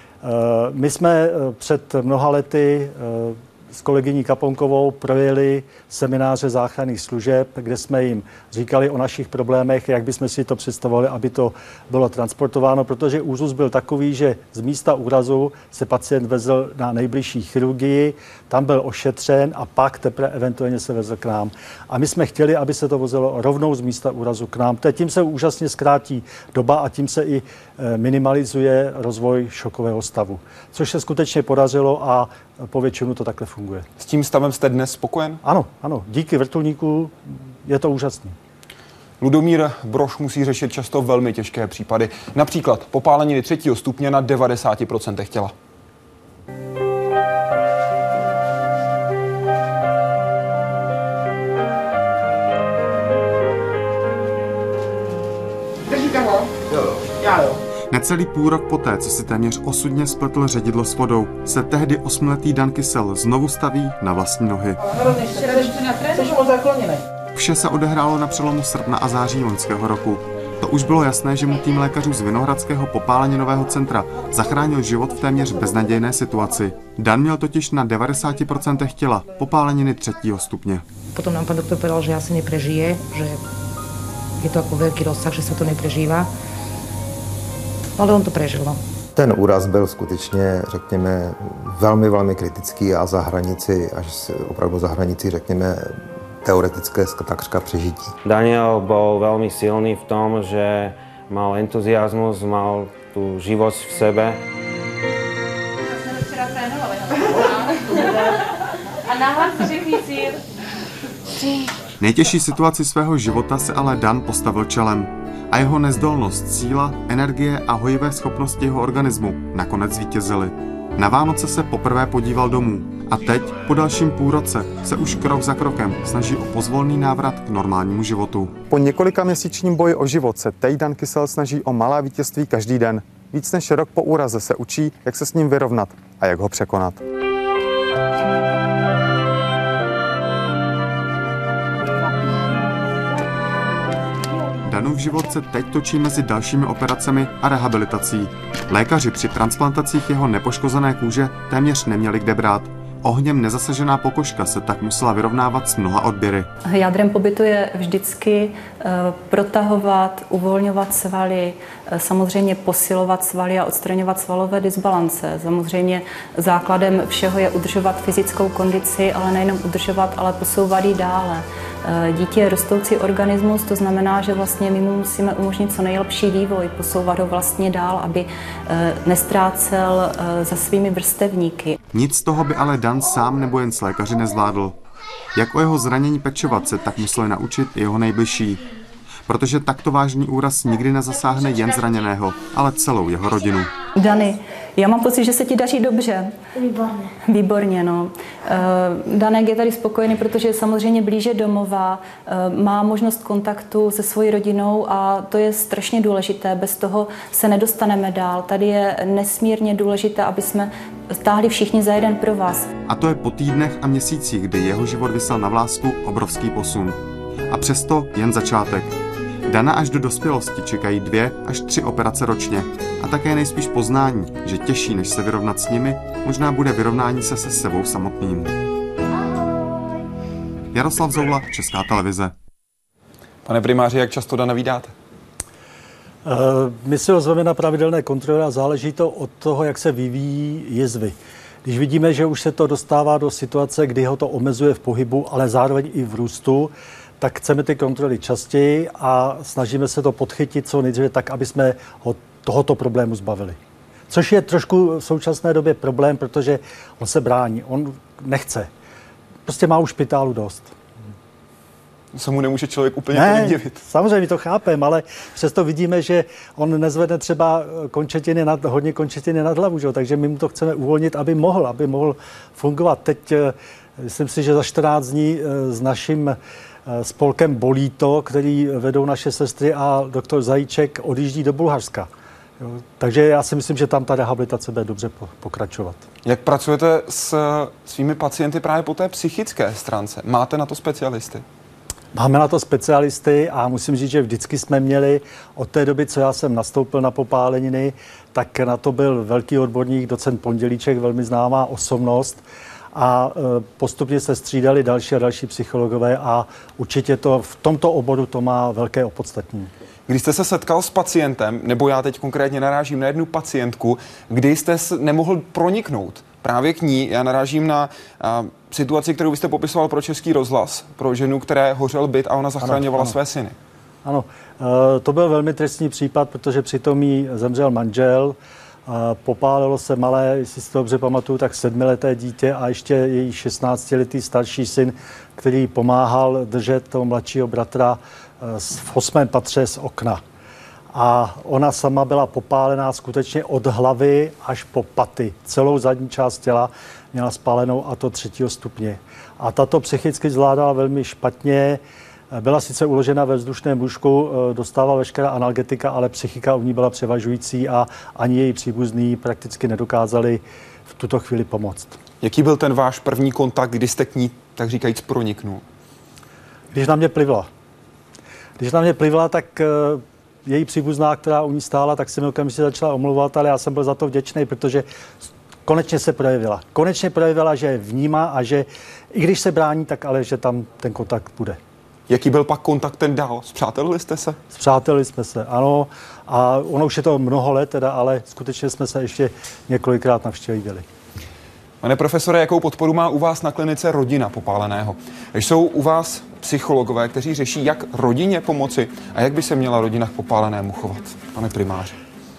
My jsme před mnoha lety s kolegyní Kaponkovou projeli semináře záchranných služeb, kde jsme jim říkali o našich problémech, jak bychom si to představovali, aby to bylo transportováno, protože úzus byl takový, že z místa úrazu se pacient vezl na nejbližší chirurgii, tam byl ošetřen a pak teprve eventuálně se vezl k nám. A my jsme chtěli, aby se to vozilo rovnou z místa úrazu k nám. Tím se úžasně zkrátí doba a tím se i minimalizuje rozvoj šokového stavu, což se skutečně podařilo a po většinu to takhle funguje. S tím stavem jste dnes spokojen? Ano. Díky vrtulníku je to úžasný. Ludomír Brož musí řešit často velmi těžké případy. Například popáleniny 3. stupně na 90% těla. Držíte ho? Jo. Já jo. Necelý půl rok poté, co si téměř osudně spletl ředidlo s vodou, se tehdy 8letý Dan Kysel znovu staví na vlastní nohy. Vše se odehrálo na přelomu srpna a září loňského roku. To už bylo jasné, že mu tým lékařů z Vinohradského popáleninového centra zachránil život v téměř beznadějné situaci. Dan měl totiž na 90% těla popáleniny 3. stupně. Potom nám pan doktor povedal, že asi neprežije, že je to jako velký rozsah, že se to neprežívá. Ale on to prežil. No. Ten úraz byl skutečně, řekněme, velmi, velmi kritický a za hranici, až opravdu za hranici, řekněme, teoretické takřka přežití. Daniel bol veľmi silný v tom, že mal entuziasmus, mal tu živosť v sebe. A náhle si řekli sír. Nejtěžší situaci svého života se ale Dan postavil čelem. A jeho nezdolnost, síla, energie a hojivé schopnosti jeho organismu nakonec zvítězily. Na Vánoce se poprvé podíval domů A teď, po dalším půlroce, se už krok za krokem snaží o pozvolný návrat k normálnímu životu. Po několika měsíčním boji o život se teď Dan Kysel snaží o malé vítězství každý den. Víc než rok po úraze se učí, jak se s ním vyrovnat a jak ho překonat. Danův život se teď točí mezi dalšími operacemi a rehabilitací. Lékaři při transplantacích jeho nepoškozené kůže téměř neměli kde brát. Ohněm nezasažená pokožka se tak musela vyrovnávat s mnoha odběry. Jádrem pobytu je vždycky protahovat, uvolňovat svaly, samozřejmě posilovat svaly a odstraňovat svalové dysbalance. Samozřejmě základem všeho je udržovat fyzickou kondici, ale nejenom udržovat, ale posouvat ji dále. Dítě je rostoucí organismus, to znamená, že vlastně my mu musíme umožnit co nejlepší vývoj, posouvat ho vlastně dál, aby nestrácel za svými vrstevníky. Nic z toho by ale Dan sám nebo jen s lékaři nezvládl. Jak o jeho zranění pečovat se tak museli naučit i jeho nejbližší. Protože takto vážný úraz nikdy nezasáhne jen zraněného, ale celou jeho rodinu. Dani, já mám pocit, že se ti daří dobře. Výborně. Výborně, no. Danek je tady spokojený, protože je samozřejmě blíže domova, má možnost kontaktu se svojí rodinou a to je strašně důležité. Bez toho se nedostaneme dál. Tady je nesmírně důležité, aby jsme táhli všichni za jeden pro vás. A to je po týdnech a měsících, kdy jeho život visel na vlásku, obrovský posun. A přesto jen začátek. Dana až do dospělosti čekají 2 až 3 operace ročně. A také nejspíš poznání, že těžší než se vyrovnat s nimi, možná bude vyrovnání se sebou samotným. Jaroslav Zoula, Česká televize. Pane primáři, jak často Dana vídáte? My si ho zveme na pravidelné kontroly a záleží to od toho, jak se vyvíjí jizvy. Když vidíme, že už se to dostává do situace, kdy ho to omezuje v pohybu, ale zároveň i v růstu, tak chceme ty kontroly častěji a snažíme se to podchytit co nejdříve tak, aby jsme ho tohoto problému zbavili. Což je trošku v současné době problém, protože on se brání, on nechce. Prostě má už špitálu dost. Se mu nemůže člověk úplně divit. Samozřejmě to chápem, ale přesto vidíme, že on nezvedne třeba hodně končetiny nad hlavu, že? Takže my mu to chceme uvolnit, aby mohl fungovat. Teď myslím si, že za 14 dní s naším spolkem Bolí to, který vedou naše sestry a doktor Zajíček odjíždí do Bulharska. Jo, takže já si myslím, že tam ta rehabilitace bude dobře pokračovat. Jak pracujete s svými pacienty právě po té psychické stránce? Máte na to specialisty? Máme na to specialisty a musím říct, že vždycky jsme měli od té doby, co já jsem nastoupil na popáleniny, tak na to byl velký odborník, docent Pondělíček, velmi známá osobnost. A postupně se střídali další a další psychologové a určitě to v tomto oboru to má velké opodstatnění. Když jste se setkal s pacientem, nebo já teď konkrétně narážím na jednu pacientku, kdy jste nemohl proniknout právě k ní, já narážím na situaci, kterou vy jste popisoval pro Český rozhlas, pro ženu, které hořel byt a ona zachraňovala své syny. Ano, to byl velmi tristní případ, protože přitom jí zemřel manžel. Popálilo se malé, jestli si to dobře pamatuju, tak 7leté dítě a ještě její 16letý starší syn, který pomáhal držet toho mladšího bratra v 8. patře z okna. A ona sama byla popálená skutečně od hlavy až po paty. Celou zadní část těla měla spálenou a to 3. stupně. A tato psychicky zvládala velmi špatně. Byla sice uložena ve vzdušném lůžku, dostávala veškerá analgetika, ale psychika u ní byla převažující a ani její příbuzní prakticky nedokázali v tuto chvíli pomoct. Jaký byl ten váš první kontakt, kdy jste k ní, tak říkajíc, proniknul? Když na mě plivla, tak její příbuzná, která u ní stála, tak se mi okamžitě začala omlouvat, ale já jsem byl za to vděčný, protože konečně se projevila. Konečně projevila, že vnímá a že i když se brání, tak ale že tam ten kontakt bude. Jaký byl pak kontakt ten dál? Spřátelili jste se? Spřátelili jsme se, ano. A ono už je to mnoho let, teda, ale skutečně jsme se ještě několikrát navštívili. Pane profesore, jakou podporu má u vás na klinice rodina popáleného? Jsou u vás psychologové, kteří řeší, jak rodině pomoci a jak by se měla rodina k popálenému chovat, pane primáři?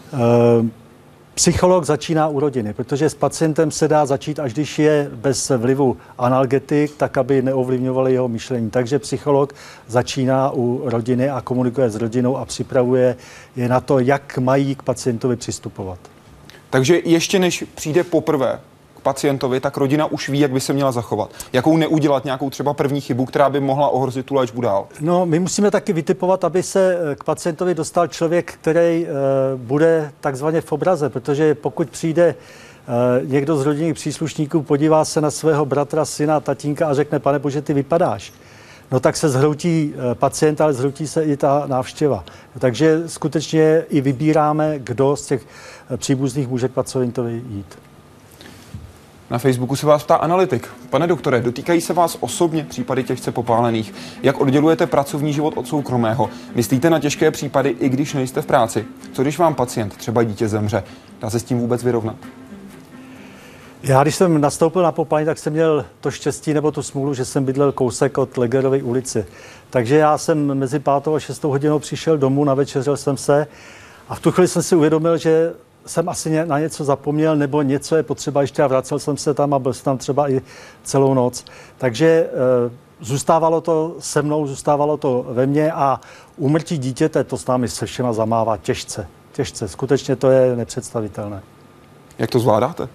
Psycholog začíná u rodiny, protože s pacientem se dá začít, až když je bez vlivu analgetik, tak aby neovlivňovali jeho myšlení. Takže psycholog začíná u rodiny a komunikuje s rodinou a připravuje je na to, jak mají k pacientovi přistupovat. Takže ještě než přijde poprvé k pacientovi, tak rodina už ví, jak by se měla zachovat. Jakou neudělat nějakou třeba první chybu, která by mohla ohrozit tu léčbu dál. No, my musíme taky vytipovat, aby se k pacientovi dostal člověk, který bude takzvaně v obraze, protože pokud přijde někdo z rodinných příslušníků, podívá se na svého bratra, syna, tatínka a řekne, pane bože, ty vypadáš, no tak se zhroutí pacient, ale zhroutí se i ta návštěva. Takže skutečně i vybíráme, kdo z těch příbuzných může k pacientovi jít. Na Facebooku se vás ptá analytik. Pane doktore, dotýkají se vás osobně případy těžce popálených? Jak oddělujete pracovní život od soukromého? Myslíte na těžké případy, i když nejste v práci? Co když vám pacient, třeba dítě, zemře? Dá se s tím vůbec vyrovnat? Já, když jsem nastoupil na popálení, tak jsem měl to štěstí nebo tu smůlu, že jsem bydlel kousek od Legerovy ulici. Takže já jsem mezi 5. a 6. hodinou přišel domů, navečeřil jsem se a v tu chvíli jsem si uvědomil, že jsem asi na něco zapomněl, nebo něco je potřeba ještě a vracel jsem se tam a byl jsem tam třeba i celou noc. Takže zůstávalo to se mnou, zůstávalo to ve mně a úmrtí dítěte to s námi se všema zamává těžce. Těžce, skutečně to je nepředstavitelné. Jak to zvládáte?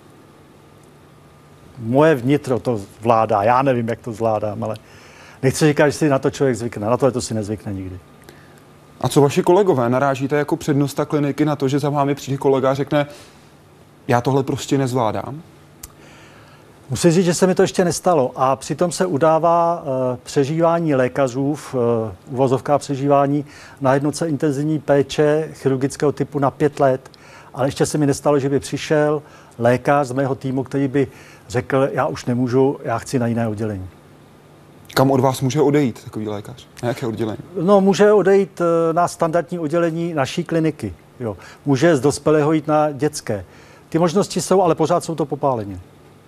Moje vnitro to zvládá, já nevím, jak to zvládám, ale nechci říkat, že si na to člověk zvykne, na to si nezvykne nikdy. A co vaši kolegové? Narážíte jako přednosta kliniky na to, že za vámi přijde kolega a řekne, já tohle prostě nezvládám? Musím říct, že se mi to ještě nestalo a přitom se udává přežívání lékařů, uvozovká přežívání na jednotce intenzivní péče chirurgického typu na 5 let, ale ještě se mi nestalo, že by přišel lékař z mého týmu, který by řekl, já už nemůžu, já chci na jiné oddělení. Kam od vás může odejít takový lékař? Na jaké oddělení? No, může odejít na standardní oddělení naší kliniky. Jo. Může z dospělého jít na dětské. Ty možnosti jsou, ale pořád jsou to popálení.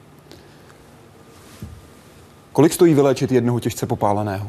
Kolik stojí vyléčit jednoho těžce popáleného?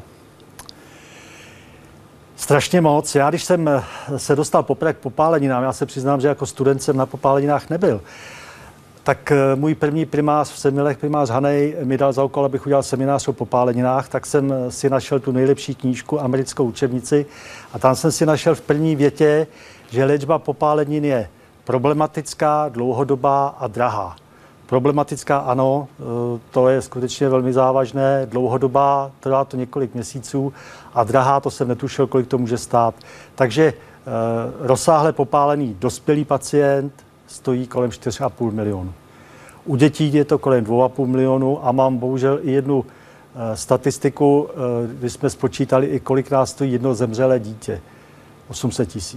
Strašně moc. Já, když jsem se dostal poprvé k popáleninám, já se přiznám, že jako student jsem na popáleninách nebyl, tak můj první primář v Semilech, primář Hanej, mi dal za úkol, abych udělal seminář o popáleninách, tak jsem si našel tu nejlepší knížku, americkou učebnici, a tam jsem si našel v první větě, že léčba popálenin je problematická, dlouhodobá a drahá. Problematická ano, to je skutečně velmi závažné, dlouhodobá, trvá to několik měsíců a drahá, to jsem netušil, kolik to může stát. Takže rozsáhle popálený dospělý pacient stojí kolem 4,5 milionu. U dětí je to kolem 2,5 milionu a mám bohužel i jednu statistiku, kdy jsme spočítali i kolik nás stojí jedno zemřelé dítě. 800 000.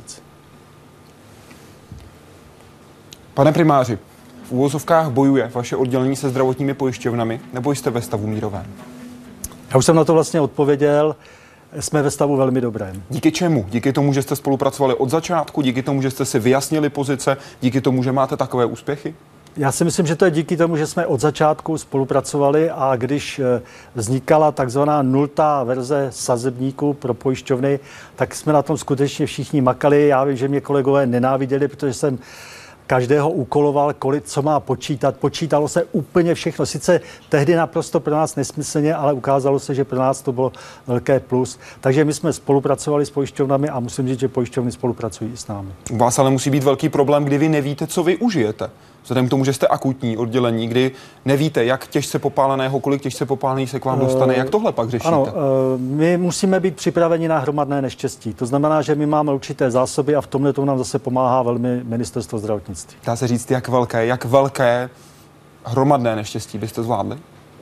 Pane primáři, v uvozovkách bojuje vaše oddělení se zdravotními pojišťovnami, nebo jste ve stavu mírovém? Já už jsem na to vlastně odpověděl. Jsme ve stavu velmi dobrém. Díky čemu? Díky tomu, že jste spolupracovali od začátku, díky tomu, že jste si vyjasnili pozice, díky tomu, že máte takové úspěchy? Já si myslím, že to je díky tomu, že jsme od začátku spolupracovali a když vznikala takzvaná nultá verze sazebníku pro pojišťovny, tak jsme na tom skutečně všichni makali. Já vím, že mě kolegové nenáviděli, protože jsem každého úkoloval, co má počítat. Počítalo se úplně všechno. Sice tehdy naprosto pro nás nesmyslně, ale ukázalo se, že pro nás to bylo velké plus. Takže my jsme spolupracovali s pojišťovnami a musím říct, že pojišťovny spolupracují i s námi. U vás ale musí být velký problém, kdy vy nevíte, co vy užijete. Vzhledem k tomu, že jste akutní oddělení, kdy nevíte, jak těžce popáleného, kolik těžce popálený se k vám dostane, jak tohle pak řešíte? Ano, my musíme být připraveni na hromadné neštěstí. To znamená, že my máme určité zásoby a v tomhle nám zase pomáhá velmi ministerstvo zdravotnictví. Dá se říct, jak velké hromadné neštěstí byste zvládli?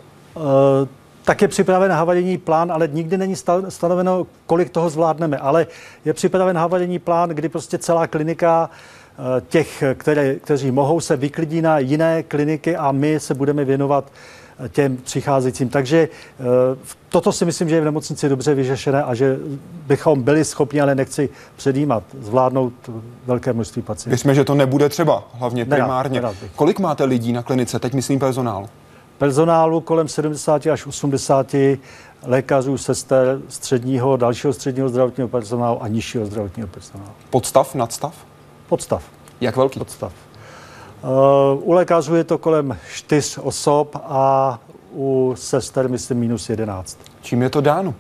Tak je připraven havarijní plán, ale nikdy není stanoveno, kolik toho zvládneme. Ale je připraven havarijní plán, kdy prostě celá klinika těch, kteří mohou, se vyklidí na jiné kliniky a my se budeme věnovat těm přicházejícím. Takže toto si myslím, že je v nemocnici dobře vyřešené a že bychom byli schopni, ale nechci předjímat, zvládnout velké množství pacientů. Věřme, že to nebude třeba, hlavně primárně. Kolik máte lidí na klinice, teď myslím personálu? Personálu kolem 70 až 80 lékařů, sester, dalšího středního zdravotního personálu a nižšího zdravotního personálu. Podstav, nadstav? Podstav. Jak velký? Podstav. U lékařů je to kolem 4 osob a u sester myslím -11. Čím je to dáno?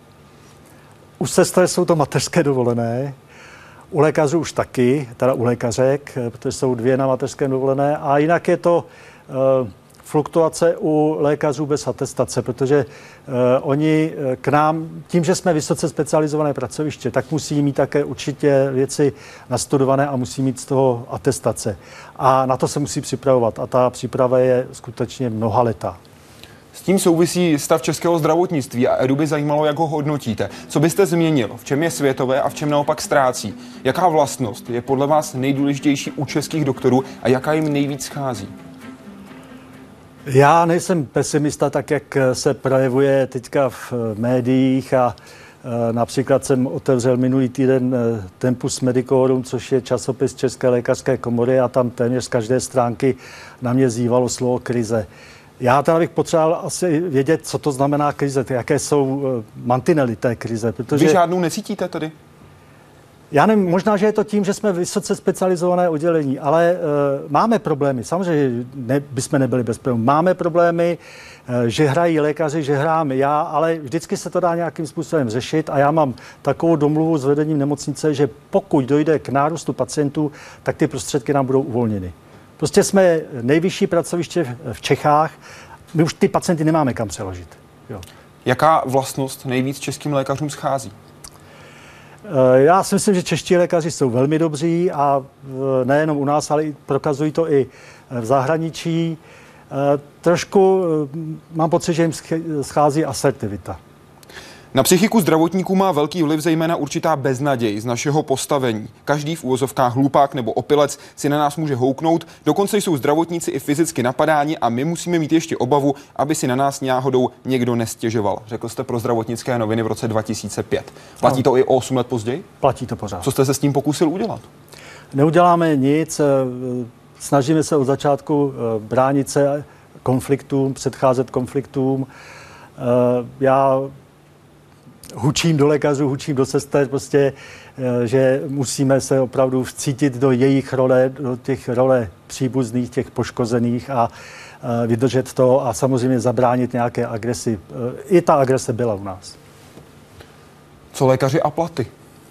U sester jsou to mateřské dovolené, u lékařů už taky, teda u lékařek, protože jsou 2 na mateřské dovolené a jinak je to fluktuace u lékařů bez atestace, protože oni k nám, tím, že jsme vysoce specializované pracoviště, tak musí mít také určitě věci nastudované a musí mít z toho atestace. A na to se musí připravovat a ta příprava je skutečně mnohaletá. S tím souvisí stav českého zdravotnictví a Edu by zajímalo, jak ho hodnotíte. Co byste změnil? V čem je světové a v čem naopak ztrácí? Jaká vlastnost je podle vás nejdůležitější u českých doktorů a jaká jim nejvíc schází? Já nejsem pesimista, tak jak se projevuje teďka v médiích a například jsem otevřel minulý týden Tempus Medicorum, což je časopis České lékařské komory a tam téměř z každé stránky na mě zývalo slovo krize. Já teda bych potřeboval asi vědět, co to znamená krize, jaké jsou mantinely té krize. Protože vy žádnou necítíte tady? Já nevím, možná, že je to tím, že jsme vysoce specializované oddělení, ale máme problémy. Samozřejmě, že bychom nebyli bez problémů. Máme problémy, že hrají lékaři, že hrám já, ale vždycky se to dá nějakým způsobem řešit a já mám takovou domluvu s vedením nemocnice, že pokud dojde k nárůstu pacientů, tak ty prostředky nám budou uvolněny. Prostě jsme nejvyšší pracoviště v Čechách, my už ty pacienty nemáme kam přeložit. Jo. Jaká vlastnost nejvíc českým lékařům schází? Já si myslím, že čeští lékaři jsou velmi dobří a nejenom u nás, ale prokazují to i v zahraničí. Trošku mám pocit, že jim schází asertivita. Na psychiku zdravotníků má velký vliv zejména určitá beznaděj z našeho postavení. Každý v uvozovkách hlupák nebo opilec si na nás může houknout, dokonce jsou zdravotníci i fyzicky napadáni a my musíme mít ještě obavu, aby si na nás náhodou někdo nestěžoval. Řekl jste pro Zdravotnické noviny v roce 2005. Platí to i o 8 let později? Platí to pořád. Co jste se s tím pokusil udělat? Neuděláme nic, snažíme se od začátku bránit se konfliktům, předcházet konfliktům. Já hučím do lékařů, hučím do sester, prostě, že musíme se opravdu vcítit do jejich role, do těch role příbuzných, těch poškozených a vydržet to a samozřejmě zabránit nějaké agresi. I ta agrese byla u nás. Co lékaři a platy?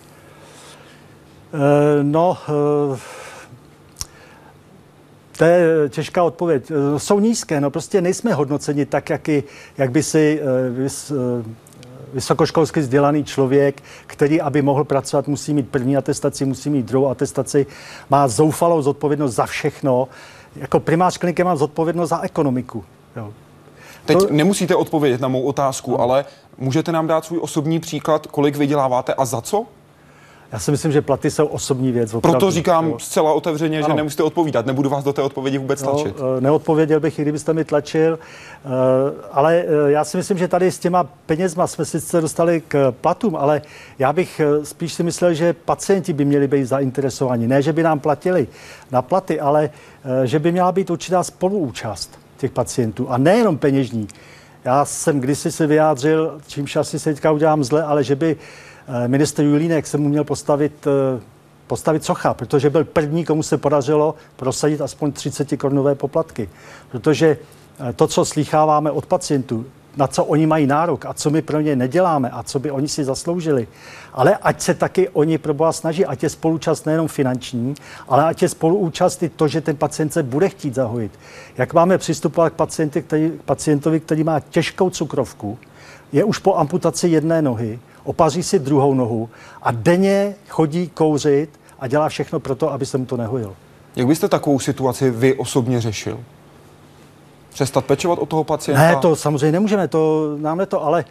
To je těžká odpověď. Jsou nízké, no prostě nejsme hodnoceni tak, jak by si vysokoškolsky vzdělaný člověk, který, aby mohl pracovat, musí mít první atestaci, musí mít druhou atestaci, má zoufalou zodpovědnost za všechno. Jako primář kliniky mám zodpovědnost za ekonomiku. Jo. Teď nemusíte odpovědět na mou otázku, ale můžete nám dát svůj osobní příklad, kolik vyděláváte a za co? Já si myslím, že platy jsou osobní věc. Opravdu. Proto říkám zcela otevřeně, že nemusíte odpovídat. Nebudu vás do té odpovědi vůbec tlačit. Neodpověděl bych, i kdybyste mi tlačil, ale já si myslím, že tady s těma penězma jsme sice dostali k platům, ale já bych spíš si myslel, že pacienti by měli být zainteresovaní. Ne, že by nám platili na platy, ale že by měla být určitá spoluúčast těch pacientů a nejenom peněžní. Já jsem kdysi se vyjádřil, čímž asi se teďka udělám zle, ale že by ministr Julínek se mu měl postavit socha, protože byl první, komu se podařilo prosadit aspoň 30korunové poplatky. Protože to, co slýcháváme od pacientů, na co oni mají nárok a co my pro ně neděláme a co by oni si zasloužili, ale ať se taky oni pro Boha snaží, ať je spoluúčast nejenom finanční, ale ať je spoluúčast i to, že ten pacient se bude chtít zahojit. Jak máme přistupovat k pacientovi, který má těžkou cukrovku, je už po amputaci jedné nohy, opaří si druhou nohu a denně chodí kouřit a dělá všechno pro to, aby se mu to nehojilo. Jak byste takovou situaci vy osobně řešil? Přestat pečovat o toho pacienta? Ne, to samozřejmě nemůžeme, ale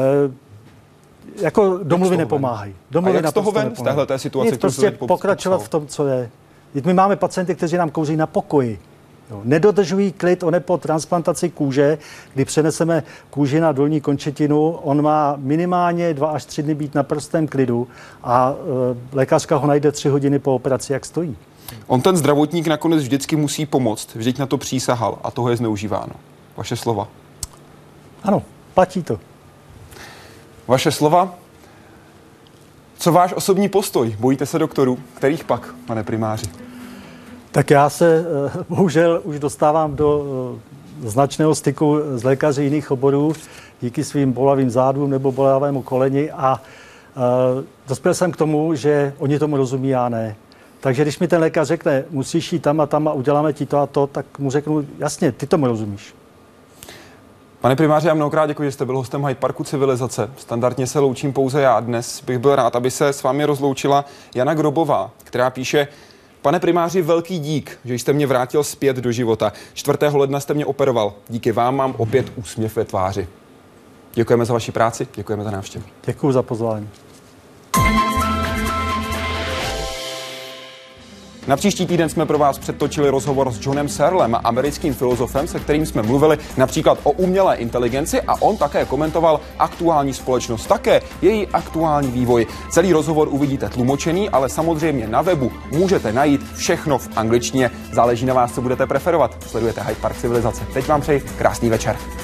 jako domluvy nepomáhají. A jak z toho ven, z téhleté situace? Nic, prostě pokračovat v tom, co je. My máme pacienty, kteří nám kouří na pokoji. Nedodržují klid, on je po transplantaci kůže, kdy přeneseme kůži na dolní končetinu, on má minimálně 2 až 3 dny být na prostém klidu a lékařka ho najde 3 hodiny po operaci, jak stojí. On ten zdravotník nakonec vždycky musí pomoct, vždyť na to přísahal a toho je zneužíváno. Vaše slova? Ano, platí to. Vaše slova? Co váš osobní postoj? Bojíte se doktorů? Kterých pak, pane primáři? Tak já se bohužel už dostávám do značného styku s lékaři jiných oborů díky svým bolavým zádům nebo bolavému koleni a dospěl jsem k tomu, že oni tomu rozumí, já ne. Takže když mi ten lékař řekne, musíš jít tam a uděláme ti to a to, tak mu řeknu, jasně, ty tomu rozumíš. Pane primáře, já mnohokrát děkuji, že jste byl hostem Hyde Parku Civilizace. Standardně se loučím pouze já. Dnes bych byl rád, aby se s vámi rozloučila Jana Grobová, která píše: Pane primáři, velký dík, že jste mě vrátil zpět do života. 4. ledna jste mě operoval. Díky vám mám opět úsměv ve tváři. Děkujeme za vaši práci, děkujeme za návštěvu. Děkuji za pozvání. Na příští týden jsme pro vás předtočili rozhovor s Johnem Searlem, americkým filozofem, se kterým jsme mluvili například o umělé inteligenci, a on také komentoval aktuální společnost, také její aktuální vývoj. Celý rozhovor uvidíte tlumočený, ale samozřejmě na webu můžete najít všechno v angličtině. Záleží na vás, co budete preferovat. Sledujete Hyde Park Civilizace. Teď vám přeji krásný večer.